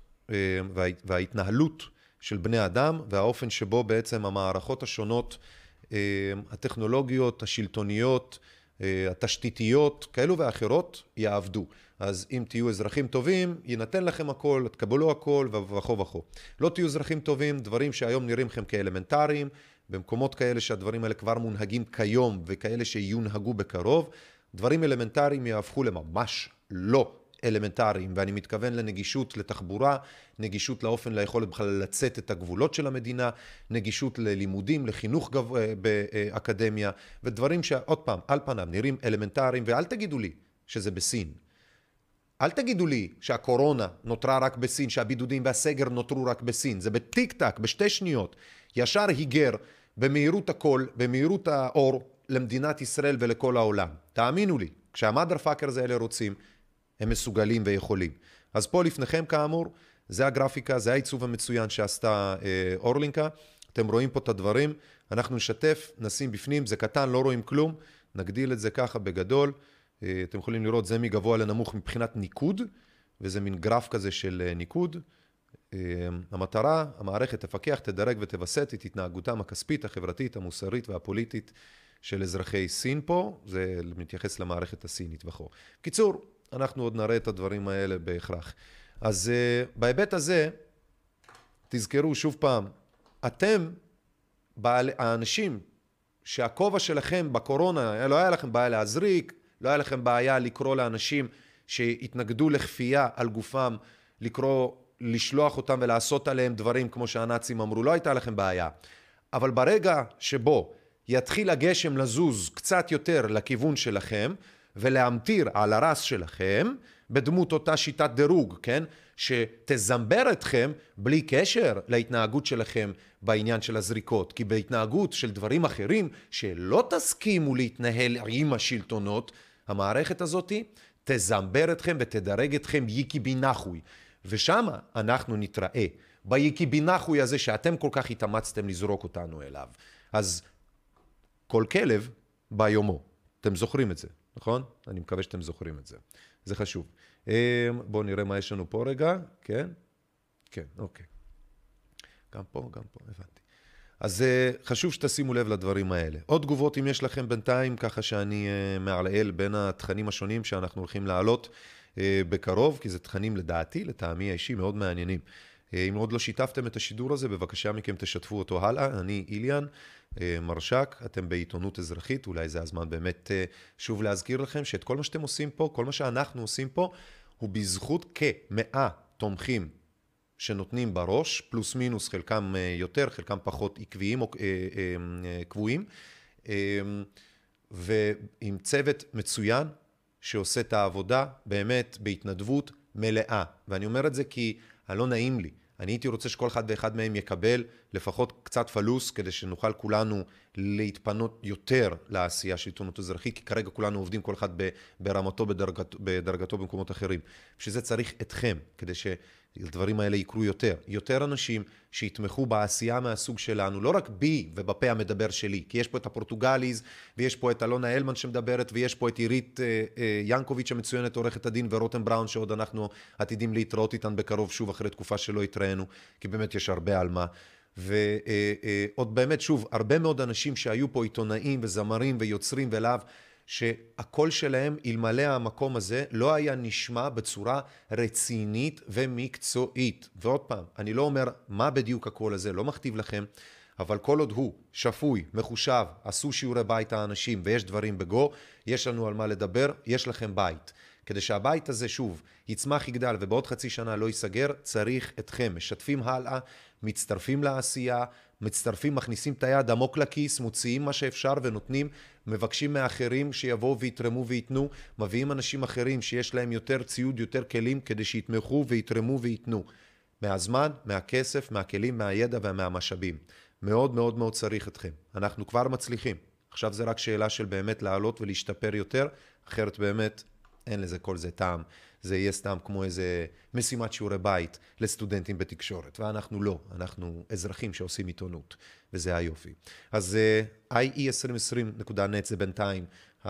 וההתנהלות של בני אדם, והאופן שבו בעצם המערכות השונות, הטכנולוגיות, השלטוניות, התשתיתיות, כאלו ואחרות, יעבדו. אז אם תהיו אזרחים טובים, ינתן לכם הכל, תקבלו הכל וכו וכו. לא תהיו אזרחים טובים, דברים שהיום נראים לכם כאלמנטריים, במקומות כאלה שהדברים האלה כבר מונהגים כיום, וכאלה שיונהגו בקרוב, דברים אלמנטריים יהפכו לממש לא אלמנטריים, ואני מתכוון לנגישות לתחבורה, נגישות לאופן ליכולת בכלל לצאת את הגבולות של המדינה, נגישות ללימודים, לחינוך גב... באקדמיה, ודברים שעוד פעם, על פניו נראים אלמנטריים, ואל תגידו לי שזה בסין. אל תגידו לי שהקורונה נותרה רק בסין, שהבידודים והסגר נותרו רק בסין. זה בטיק טק, בשתי שניות. ישר היגר במהירות הכל, במהירות האור, למדינת ישראל ולכל העולם. תאמינו לי, כשהמאדר פאקרס האלה רוצים, הם מסוגלים ויכולים. אז פה לפניכם כאמור, זה הגרפיקה, זה העיצוב המצוין שעשתה אה, אורלינקה. אתם רואים פה את הדברים, אנחנו נשתף, נשים בפנים, זה קטן, לא רואים כלום, נגדיל את זה ככה בגדול. אה, אתם יכולים לראות, זה מגבוה לנמוך מבחינת ניקוד, וזה מין גרף כזה של אה, ניקוד. אה, המטרה, המערכת תפקח, תדרג ותווסת את התנהגותם הכספית, החברתית, המוסרית והפוליטית של אזרחי סין פה, זה מתייחס למערכת הסינית וכו'. קיצור, אנחנו עוד נראה את הדברים האלה בהכרח. אז uh, בהיבט הזה, תזכרו שוב פעם, אתם, בעל, האנשים שהכובע שלכם בקורונה, לא היה לכם בעיה להזריק, לא היה לכם בעיה לקרוא לאנשים שהתנגדו לכפייה על גופם, לקרוא, לשלוח אותם ולעשות עליהם דברים כמו שהנאצים אמרו, לא הייתה לכם בעיה. אבל ברגע שבו יתחיל הגשם לזוז קצת יותר לכיוון שלכם, ולהמטיר על הרס שלכם, בדמות אותה שיטת דירוג, כן? שתזמבר אתכם בלי קשר להתנהגות שלכם בעניין של הזריקות. כי בהתנהגות של דברים אחרים, שלא תסכימו להתנהל עם השלטונות, המערכת הזאת תזמבר אתכם ותדרג אתכם ייקי בינחוי. ושם אנחנו נתראה, בייקי בינחוי הזה שאתם כל כך התאמצתם לזרוק אותנו אליו. אז כל כלב ביומו. אתם זוכרים את זה, נכון? אני מקווה שאתם זוכרים את זה. זה חשוב. בואו נראה מה יש לנו פה רגע. כן? כן, אוקיי. גם פה, גם פה, הבנתי. אז חשוב שתשימו לב לדברים האלה. עוד תגובות אם יש לכם בינתיים, ככה שאני מעלעל בין התכנים השונים שאנחנו הולכים לעלות בקרוב, כי זה תכנים לדעתי, לטעמי האישי, מאוד מעניינים. אם עוד לא שיתפתם את השידור הזה, בבקשה מכם תשתפו אותו הלאה. אני איליאן מרשק, אתם בעיתונות אזרחית, אולי זה הזמן באמת שוב להזכיר לכם שאת כל מה שאתם עושים פה, כל מה שאנחנו עושים פה, הוא בזכות כמאה תומכים שנותנים בראש, פלוס מינוס, חלקם יותר, חלקם פחות עקביים או קבועים, ועם צוות מצוין שעושה את העבודה באמת בהתנדבות מלאה. ואני אומר את זה כי הלא נעים לי. אני הייתי רוצה שכל אחד ואחד מהם יקבל לפחות קצת פלוס, כדי שנוכל כולנו להתפנות יותר לעשייה של עיתונות אזרחית, כי כרגע כולנו עובדים כל אחד ברמתו, בדרגתו, בדרגתו במקומות אחרים. שזה צריך אתכם, כדי שהדברים האלה יקרו יותר. יותר אנשים שיתמכו בעשייה מהסוג שלנו, לא רק בי ובפה המדבר שלי, כי יש פה את הפורטוגליז, ויש פה את אלונה אלמן שמדברת, ויש פה את עירית אה, אה, ינקוביץ' המצוינת, עורכת הדין, ורותם בראון, שעוד אנחנו עתידים להתראות איתן בקרוב שוב, אחרי תקופה שלא התראינו, כי באמת יש הרבה על מה. ועוד אה, אה, באמת שוב, הרבה מאוד אנשים שהיו פה עיתונאים וזמרים ויוצרים ולאו, שהקול שלהם, אלמלא המקום הזה, לא היה נשמע בצורה רצינית ומקצועית. ועוד פעם, אני לא אומר מה בדיוק הקול הזה, לא מכתיב לכם, אבל כל עוד הוא שפוי, מחושב, עשו שיעורי בית האנשים ויש דברים בגו, יש לנו על מה לדבר, יש לכם בית. כדי שהבית הזה שוב יצמח יגדל ובעוד חצי שנה לא ייסגר, צריך אתכם. משתפים הלאה, מצטרפים לעשייה, מצטרפים, מכניסים את היד עמוק לכיס, מוציאים מה שאפשר ונותנים, מבקשים מאחרים שיבואו ויתרמו ויתנו, מביאים אנשים אחרים שיש להם יותר ציוד, יותר כלים, כדי שיתמכו ויתרמו ויתנו. מהזמן, מהכסף, מהכלים, מהידע ומהמשאבים. מאוד מאוד מאוד צריך אתכם. אנחנו כבר מצליחים. עכשיו זה רק שאלה של באמת לעלות ולהשתפר יותר, אחרת באמת אין לזה כל זה טעם. זה יהיה סתם כמו איזה משימת שיעורי בית לסטודנטים בתקשורת, ואנחנו לא, אנחנו אזרחים שעושים עיתונות, וזה היופי. אז איי אי עשרים עשרים נקודה נט זה בינתיים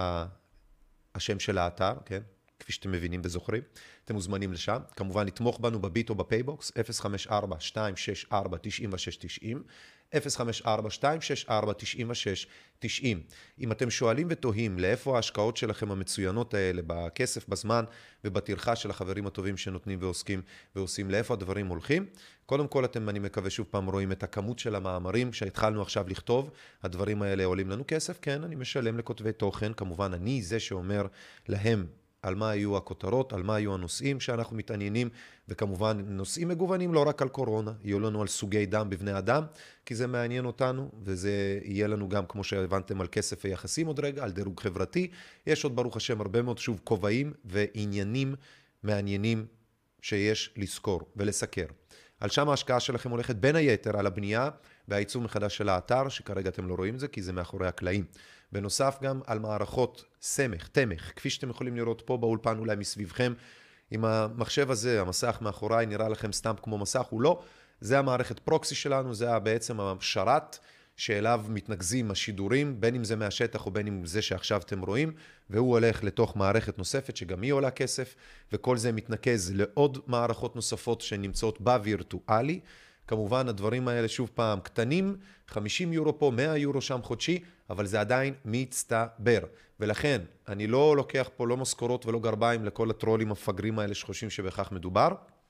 השם של האתר, כן? כפי שאתם מבינים וזוכרים. אתם מוזמנים לשם. כמובן, לתמוך בנו בביט או בפייבוקס, אפס חמש ארבע שתיים שש ארבע תשע שש תשע אפס, אפס חמש ארבע שתיים שש ארבע תשע שש תשע. אם אתם שואלים ותוהים לאיפה ההשקעות שלכם המצוינות האלה, בכסף, בזמן ובטרחה של החברים הטובים שנותנים ועוסקים ועושים, לאיפה הדברים הולכים, קודם כל אתם, אני מקווה שוב פעם, רואים את הכמות של המאמרים שהתחלנו עכשיו לכתוב. הדברים האלה עולים לנו כסף, כן, אני משלם לכותבי תוכן, כמובן אני זה שאומר להם על מה היו הכותרות, על מה היו הנושאים שאנחנו מתעניינים, וכמובן נושאים מגוונים לא רק על קורונה, יהיו לנו על סוגי דם בבני אדם, כי זה מעניין אותנו, וזה יהיה לנו גם, כמו שהבנתם, על כסף ויחסים עוד רגע, על דירוג חברתי. יש עוד ברוך השם הרבה מאוד שוב כובעים ועניינים מעניינים שיש לזכור ולסקר. על שם ההשקעה שלכם הולכת בין היתר על הבנייה והעיצוב מחדש של האתר, שכרגע אתם לא רואים זה, כי זה מאחורי הקלעים. בנוסף גם על מערכות סמך, תמך, כפי שאתם יכולים לראות פה באולפן אולי מסביבכם, עם המחשב הזה, המסך מאחוריי נראה לכם סתם כמו מסך, הוא לא, זה המערכת פרוקסי שלנו, זה בעצם השרת שאליו מתנגזים השידורים, בין אם זה מהשטח או בין אם זה שעכשיו אתם רואים, והוא הולך לתוך מערכת נוספת שגם היא עולה כסף, וכל זה מתנקז לעוד מערכות נוספות שנמצאות בווירטואלי. כמובן הדברים האלה שוב פעם קטנים, חמישים יורו פה, מאה יורו שם חודשי, אבל זה עדיין מצטבר. ולכן אני לא לוקח פה לא משכורות ולא גרביים לכל הטרולים המפגרים האלה שחושבים שבכך מדובר.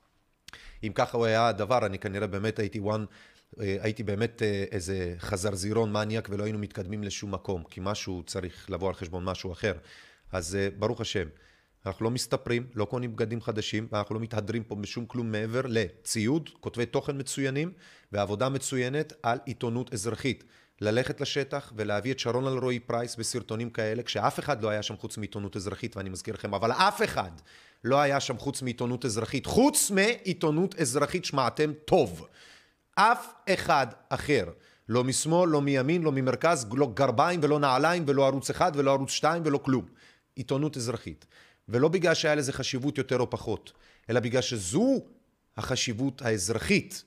אם ככה הוא היה הדבר, אני כנראה באמת הייתי וואן, הייתי באמת איזה חזר זירון מניאק ולא היינו מתקדמים לשום מקום, כי משהו צריך לבוא על חשבון משהו אחר. אז ברוך השם, אנחנו לא מסתפרים, לא קונים בגדים חדשים, ואנחנו לא מתהדרים פה בשום כלום מעבר לציוד, כותבי תוכן מצוינים, ועבודה מצוינת על עיתונות אזרחית. ללכת לשטח ולהביא את שרון אלרועי פרייס בסרטונים כאלה, כשאף אחד לא היה שם חוץ מעיתונות אזרחית, ואני מזכיר לכם, אבל אף אחד לא היה שם חוץ מעיתונות אזרחית, חוץ מעיתונות אזרחית, שמעתם טוב. אף אחד אחר. לא משמאל, לא מימין, לא ממרכז, לא גרביים ולא נעליים, ולא ערוץ אחד ולא ערוץ שתיים ולא כלום. עיתונות אזרחית. ולא בגלל שהיה לזה חשיבות יותר או פחות, אלא בגלל שזו החשיבות האזרחית.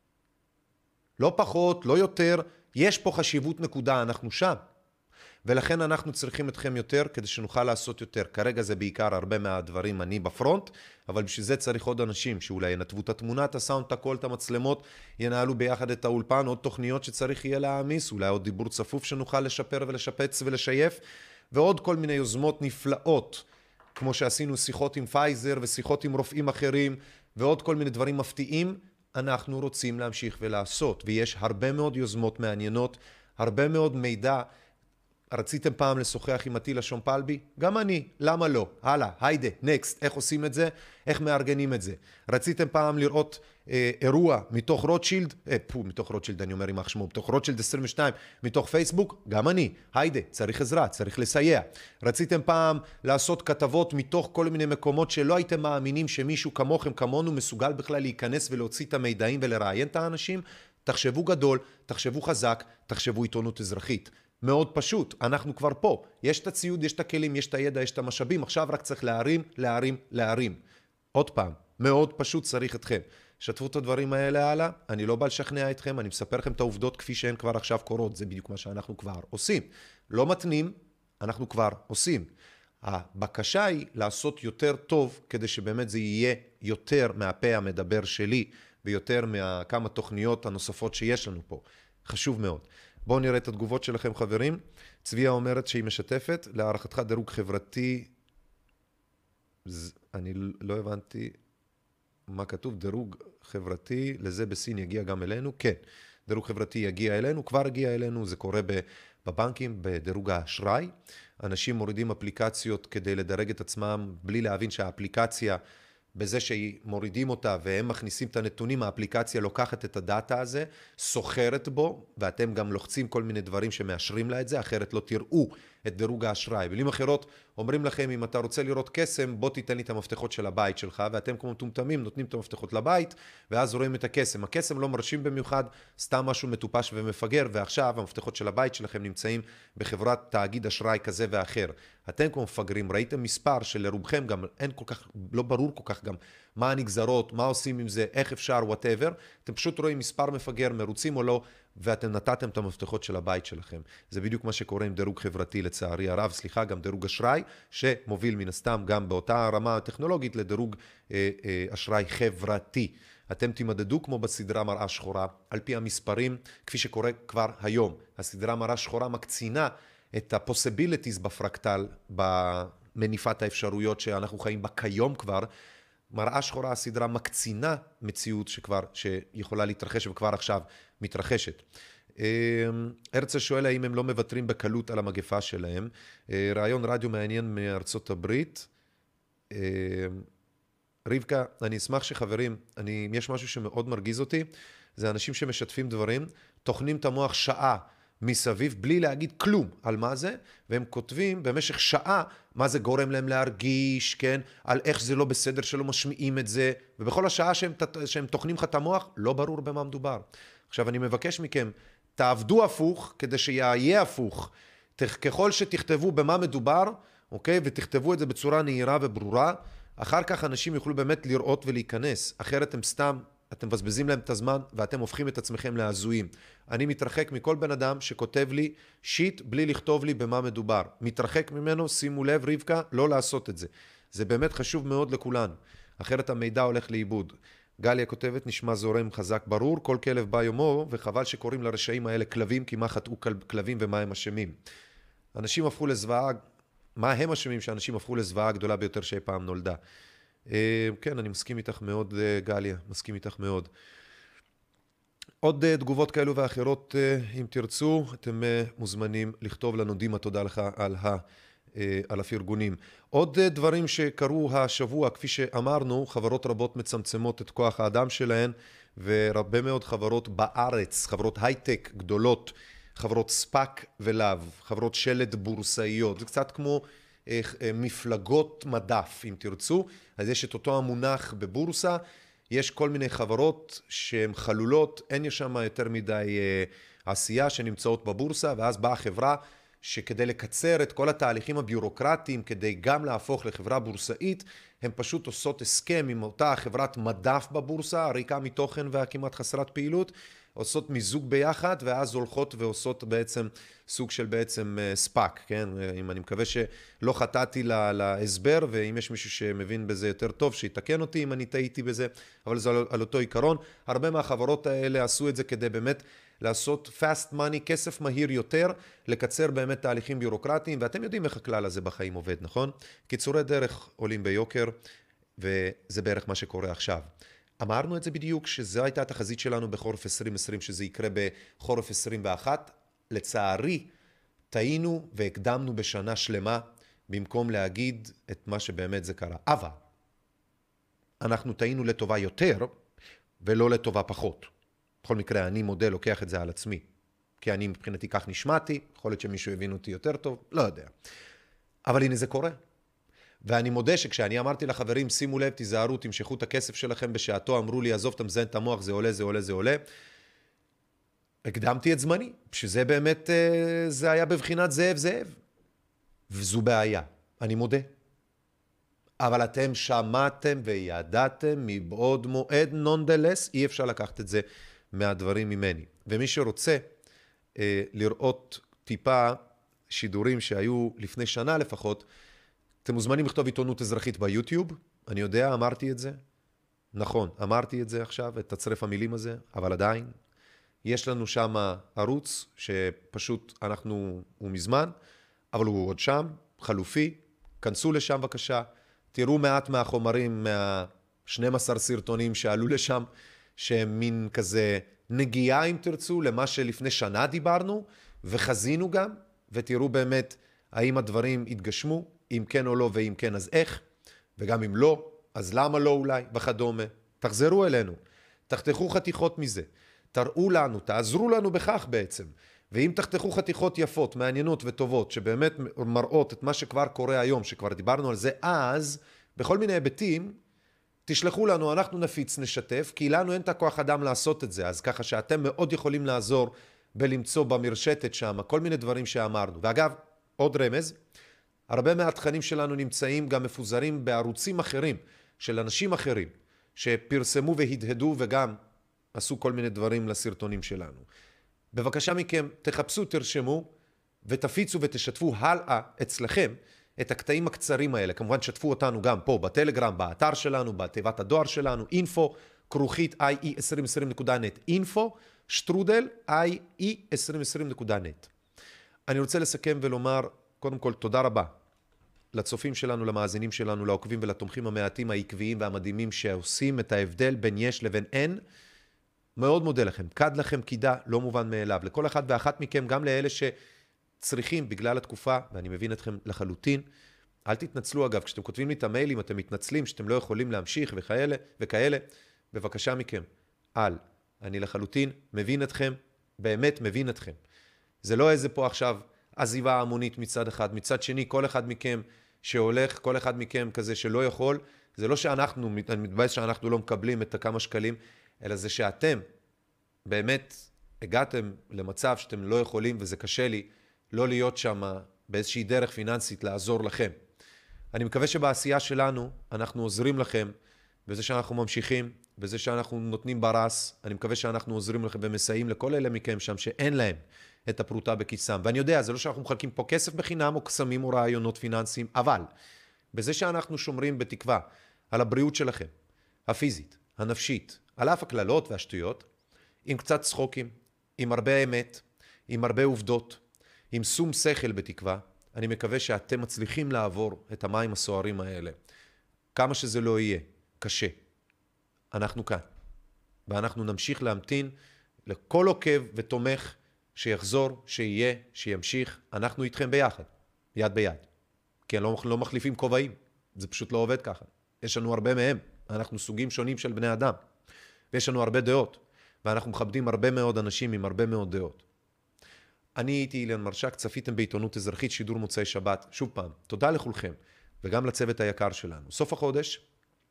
לא פחות, לא יותר, יש פה חשיבות נקודה, אנחנו שם. ולכן אנחנו צריכים אתכם יותר כדי שנוכל לעשות יותר. כרגע זה בעיקר הרבה מהדברים אני בפרונט, אבל בשביל זה צריך עוד אנשים שאולי ינתבו את התמונה, את הסאונד, את הכל, את המצלמות, ינהלו ביחד את האולפן, עוד תוכניות שצריך יהיה להעמיס, אולי עוד דיבור צפוף שנוכל לשפר ולשפץ ולשייף, ועוד כל מיני יוזמות נפלאות, כמו שעשינו שיחות עם פייזר ושיחות עם רופאים אחרים, ועוד כל מיני דברים מפתיעים, אנחנו רוצים להמשיך ולעשות. ויש הרבה מאוד יוזמות מעניינות, הרבה מאוד מידע. רציתם פעם לשוחח עם עטילה שומפלבי? גם אני, למה לא? הלאה, היידה, נקסט, איך עושים את זה? איך מארגנים את זה? רציתם פעם לראות אה, אירוע מתוך רוטשילד? אה, פו, מתוך רוטשילד, אני אומר עם אח שמו, מתוך רוטשילד עשרים ושתיים, מתוך פייסבוק? גם אני, היידה, צריך עזרה, צריך לסייע. רציתם פעם לעשות כתבות מתוך כל מיני מקומות שלא הייתם מאמינים שמישהו כמוכם, כמונו, מסוגל בכלל להיכנס ולהוציא את המידעים ולראיין את האנשים? תחשבו גדול, תחשבו חזק, תחשבו עיתונות אזרחית. מאוד פשוט, אנחנו כבר פה, יש את הציוד, יש את הכלים, יש את הידע, יש את המשאבים, עכשיו רק צריך להרים, להרים, להרים. עוד פעם, מאוד פשוט צריך אתכם. שתפו את הדברים האלה הלאה, אני לא בא לשכנע אתכם, אני מספר לכם את העובדות כפי שהן כבר עכשיו קורות, זה בדיוק מה שאנחנו כבר עושים. לא מתנים, אנחנו כבר עושים. הבקשה היא לעשות יותר טוב, כדי שבאמת זה יהיה יותר מהפה המדבר שלי, ויותר מכמה תוכניות הנוספות שיש לנו פה. חשוב מאוד. בואו נראה את התגובות שלכם, חברים. צביה אומרת שהיא משתפת, להערכתך דירוג חברתי, אני לא הבנתי מה כתוב, דירוג חברתי, לזה בסין יגיע גם אלינו? כן, דירוג חברתי יגיע אלינו, כבר הגיע אלינו, זה קורה בבנקים, בדירוג האשראי. אנשים מורידים אפליקציות כדי לדרג את עצמם, בלי להבין שהאפליקציה, בזה שמורידים אותה והם מכניסים את הנתונים, האפליקציה לוקחת את הדאטה הזה, סוחרת בו, ואתם גם לוחצים כל מיני דברים שמאשרים לה את זה, אחרת לא תראו את דירוג האשראי. במילים אחרות, אומרים לכם, אם אתה רוצה לראות קסם, בוא תיתן לי את המפתחות של הבית שלך, ואתם כמו מטומטמים נותנים את המפתחות לבית, ואז רואים את הקסם. הקסם לא מרשים במיוחד, סתם משהו מטופש ומפגר, ועכשיו המפתחות של הבית שלכם נמצאים בחברת תאגיד אשראי כזה ואחר. אתם כמו מפגרים, ראיתם מספר שלרובכם גם אין כל כך, לא ברור כל כך גם מה הנגזרות, מה עושים עם זה, איך אפשר, whatever. אתם פשוט רואים מספר מפגר, מרוצים או לא, ואתם נתתם את המפתחות של הבית שלכם. זה בדיוק מה שקורה עם דירוג חברתי לצערי הרב, סליחה, גם דירוג אשראי, שמוביל מן הסתם גם באותה הרמה הטכנולוגית לדירוג אה, אה, אשראי חברתי. אתם תימדדו כמו בסדרה מראה שחורה, על פי המספרים, כפי שקורה כבר היום. הסדרה מראה שחורה מקצינה את ה-possibilities בפרקטל, במניפת האפשרויות שאנחנו חיים בה כיום כבר. מראה שחורה, הסדרה מקצינה מציאות שכבר, שיכולה להתרחש וכבר עכשיו מתרחשת. הרצל שואל האם הם לא מוותרים בקלות על המגפה שלהם. רעיון רדיו מעניין מארצות הברית. רבקה, אני אשמח שחברים, אני, יש משהו שמאוד מרגיז אותי, זה אנשים שמשתפים דברים, תוכנים את המוח שעה מסביב, בלי להגיד כלום על מה זה, והם כותבים במשך שעה מה זה גורם להם להרגיש, כן? על איך זה לא בסדר שלא משמיעים את זה, ובכל השעה שהם, שהם תוכנים לך את המוח, לא ברור במה מדובר. עכשיו אני מבקש מכם, תעבדו הפוך כדי שיהיה הפוך. ככל שתכתבו במה מדובר, אוקיי? ותכתבו את זה בצורה נהירה וברורה, אחר כך אנשים יוכלו באמת לראות ולהיכנס. אחרת הם סתם, אתם מבזבזים להם את הזמן ואתם הופכים את עצמכם להזויים. אני מתרחק מכל בן אדם שכותב לי שיט בלי לכתוב לי במה מדובר. מתרחק ממנו, שימו לב רבקה, לא לעשות את זה. זה באמת חשוב מאוד לכולנו. אחרת המידע הולך לאיבוד. גליה כותבת, נשמע זורם חזק ברור, כל כלב בא יומו, וחבל שקוראים לרשעים האלה כלבים, כי מה חטאו כלבים ומה הם אשמים. אנשים הפכו לזוועה, מה הם אשמים שאנשים הפכו לזוועה הגדולה ביותר שאי פעם נולדה. כן, אני מסכים איתך מאוד, גליה, מסכים איתך מאוד. עוד תגובות כאלו ואחרות, אם תרצו, אתם מוזמנים לכתוב לנו. דימה, תודה לך על ה... על הפרגונים. עוד דברים שקרו השבוע, כפי שאמרנו, חברות רבות מצמצמות את כוח האדם שלהן, והרבה מאוד חברות בארץ, חברות הייטק גדולות, חברות ספק ולאב, חברות שלד בורסאיות, זה קצת כמו אה, מפלגות מדף, אם תרצו. אז יש את אותו המונח בבורסה, יש כל מיני חברות שהן חלולות, אין יש שם יותר מדי אה, עשייה שנמצאות בבורסה, ואז באה חברה שכדי לקצר את כל התהליכים הביורוקרטיים, כדי גם להפוך לחברה בורסאית, הן פשוט עושות הסכם עם אותה חברת מדף בבורסה, הריקה מתוכן והכמעט חסרת פעילות, עושות מיזוג ביחד, ואז הולכות ועושות בעצם סוג של בעצם ספק, כן? אם אני מקווה שלא חטאתי להסבר, ואם יש מישהו שמבין בזה יותר טוב, שיתקן אותי אם אני טעיתי בזה, אבל זה על אותו עיקרון. הרבה מהחברות האלה עשו את זה כדי באמת לעשות fast money, כסף מהיר יותר, לקצר באמת תהליכים ביורוקרטיים, ואתם יודעים איך הכלל הזה בחיים עובד, נכון? קיצורי דרך עולים ביוקר, וזה בערך מה שקורה עכשיו. אמרנו את זה בדיוק, שזו הייתה התחזית שלנו בחורף עשרים עשרים, שזה יקרה בחורף עשרים ואחת. לצערי, טעינו והקדמנו בשנה שלמה, במקום להגיד את מה שבאמת זה קרה. אבל, אנחנו טעינו לטובה יותר, ולא לטובה פחות. בכל מקרה, אני מודה, לוקח את זה על עצמי. כי אני מבחינתי כך נשמעתי, יכול להיות שמישהו הבין אותי יותר טוב, לא יודע. אבל הנה זה קורה. ואני מודה שכשאני אמרתי לחברים, שימו לב, תיזהרו, תמשכו את הכסף שלכם בשעתו, אמרו לי, עזוב, תמזן את המוח, זה עולה, זה עולה, זה עולה. הקדמתי את זמני, שזה באמת, זה היה בבחינת זאב זאב. וזו בעיה, אני מודה. אבל אתם שמעתם וידעתם מבעוד מועד, נונדלס, אי אפשר לקחת את זה מהדברים ממני. ומי שרוצה אה, לראות טיפה שידורים שהיו לפני שנה לפחות, אתם מוזמנים לכתוב עיתונות אזרחית ביוטיוב. אני יודע, אמרתי את זה. נכון, אמרתי את זה עכשיו, את תצרף המילים הזה, אבל עדיין. יש לנו שם ערוץ שפשוט אנחנו, הוא מזמן, אבל הוא עוד שם, חלופי, כנסו לשם בבקשה, תראו מעט מהחומרים, מה-שנים עשר סרטונים שעלו לשם, שהם מין כזה נגיעה אם תרצו, למה שלפני שנה דיברנו, וחזינו גם, ותראו באמת האם הדברים התגשמו, אם כן או לא, ואם כן אז איך, וגם אם לא, אז למה לא אולי, וכדומה. תחזרו אלינו, תחתכו חתיכות מזה, תראו לנו, תעזרו לנו בכך בעצם, ואם תחתכו חתיכות יפות, מעניינות וטובות, שבאמת מראות את מה שכבר קורה היום, שכבר דיברנו על זה אז, בכל מיני היבטים, תשלחו לנו, אנחנו נפיץ, נשתף, כי לנו אין את הכוח אדם לעשות את זה, אז ככה שאתם מאוד יכולים לעזור בלמצוא במרשתת שם, כל מיני דברים שאמרנו. ואגב, עוד רמז, הרבה מהתכנים שלנו נמצאים גם מפוזרים בערוצים אחרים, של אנשים אחרים, שפרסמו והדהדו וגם עשו כל מיני דברים לסרטונים שלנו. בבקשה מכם, תחפשו, תרשמו, ותפיצו ותשתפו הלאה אצלכם את הקטעים הקצרים האלה. כמובן, שתפו אותנו גם פה, בטלגרם, באתר שלנו, בתיבת הדואר שלנו, info, כרוכית איי אי עשרים עשרים נקודה נט, info, שטרודל, איי אי עשרים עשרים נקודה נט. אני רוצה לסכם ולומר, קודם כל, תודה רבה לצופים שלנו, למאזינים שלנו, לעוקבים ולתומכים המעטים, העקביים והמדהימים שעושים את ההבדל בין יש לבין אין. מאוד מודה לכם, קד לכם קידה, לא מובן מאליו. לכל אחד ואחת מכם, גם לאלה שצריכים בגלל התקופה, ואני מבין אתכם לחלוטין, אל תתנצלו אגב, כשאתם כותבים לי את המיילים, אתם מתנצלים שאתם לא יכולים להמשיך וכאלה, וכאלה, בבקשה מכם, אל, אני לחלוטין מבין אתכם, באמת מבין אתכם. זה לא איזה פה עכשיו עזיבה המונית מצד אחד, מצד שני, כל אחד מכם שהולך, כל אחד מכם כזה שלא יכול, זה לא שאנחנו, אני מתבייש שאנחנו לא מקבלים את הכמה שקלים, אלא זה שאתם באמת הגעתם למצב שאתם לא יכולים, וזה קשה לי, לא להיות שם באיזושהי דרך פיננסית לעזור לכם. אני מקווה שבעשייה שלנו אנחנו עוזרים לכם, בזה שאנחנו ממשיכים, בזה שאנחנו נותנים ברס, אני מקווה שאנחנו עוזרים לכם ומסייעים לכל אלה מכם שם שאין להם את הפרוטה בכיסם. ואני יודע, זה לא שאנחנו מחלקים פה כסף בחינם או קסמים או רעיונות פיננסיים, אבל בזה שאנחנו שומרים בתקווה על הבריאות שלכם, הפיזית, הנפשית, על אף הכללות והשטויות, עם קצת צחוקים, עם הרבה אמת, עם הרבה עובדות, עם שום שכל בתקווה, אני מקווה שאתם מצליחים לעבור את המים הסוערים האלה. כמה שזה לא יהיה, קשה. אנחנו כאן. ואנחנו נמשיך להמתין לכל עוקב ותומך שיחזור, שיהיה, שימשיך. אנחנו איתכם ביחד, יד ביד. כי לא, לא מחליפים כובעים. זה פשוט לא עובד ככה. יש לנו הרבה מהם. אנחנו סוגים שונים של בני אדם. ויש לנו הרבה דעות. ואנחנו מכבדים הרבה מאוד אנשים עם הרבה מאוד דעות. אני הייתי אילן מרשק, צפיתם בעיתונות אזרחית, שידור מוצאי שבת. שוב פעם, תודה לכולכם, וגם לצוות היקר שלנו. סוף החודש,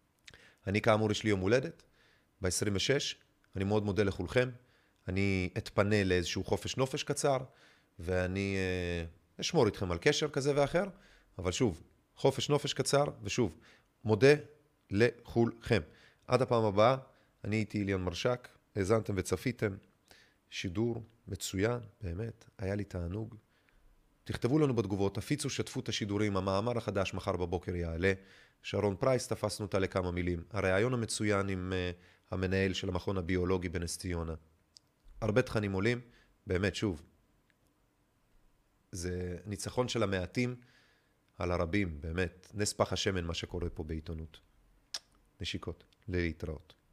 אני כאמור יש לי יום הולדת, ב-עשרים ושש, אני מאוד מודה לכולכם. אני אתפנה לאיזשהו חופש נופש קצר, ואני אה, אשמור איתכם על קשר כזה ואחר, אבל שוב, חופש נופש קצר, ושוב, מודה לכולכם. עד הפעם הבאה, אני הייתי אילן מרשק, האזנתם וצפיתם, שידור מצוין, באמת, היה לי תענוג. תכתבו לנו בתגובות, תפיצו, שתפו את השידורים, המאמר החדש מחר בבוקר יעלה. שרון פרייס, תפסנו אותה לכמה מילים. הראיון המצוין עם uh, המנהל של המכון הביולוגי בנס ציונה. הרבה תכנים עולים, באמת, שוב. זה ניצחון של המעטים על הרבים, באמת. נס פח השמן מה שקורה פה בעיתונות. נשיקות, להתראות.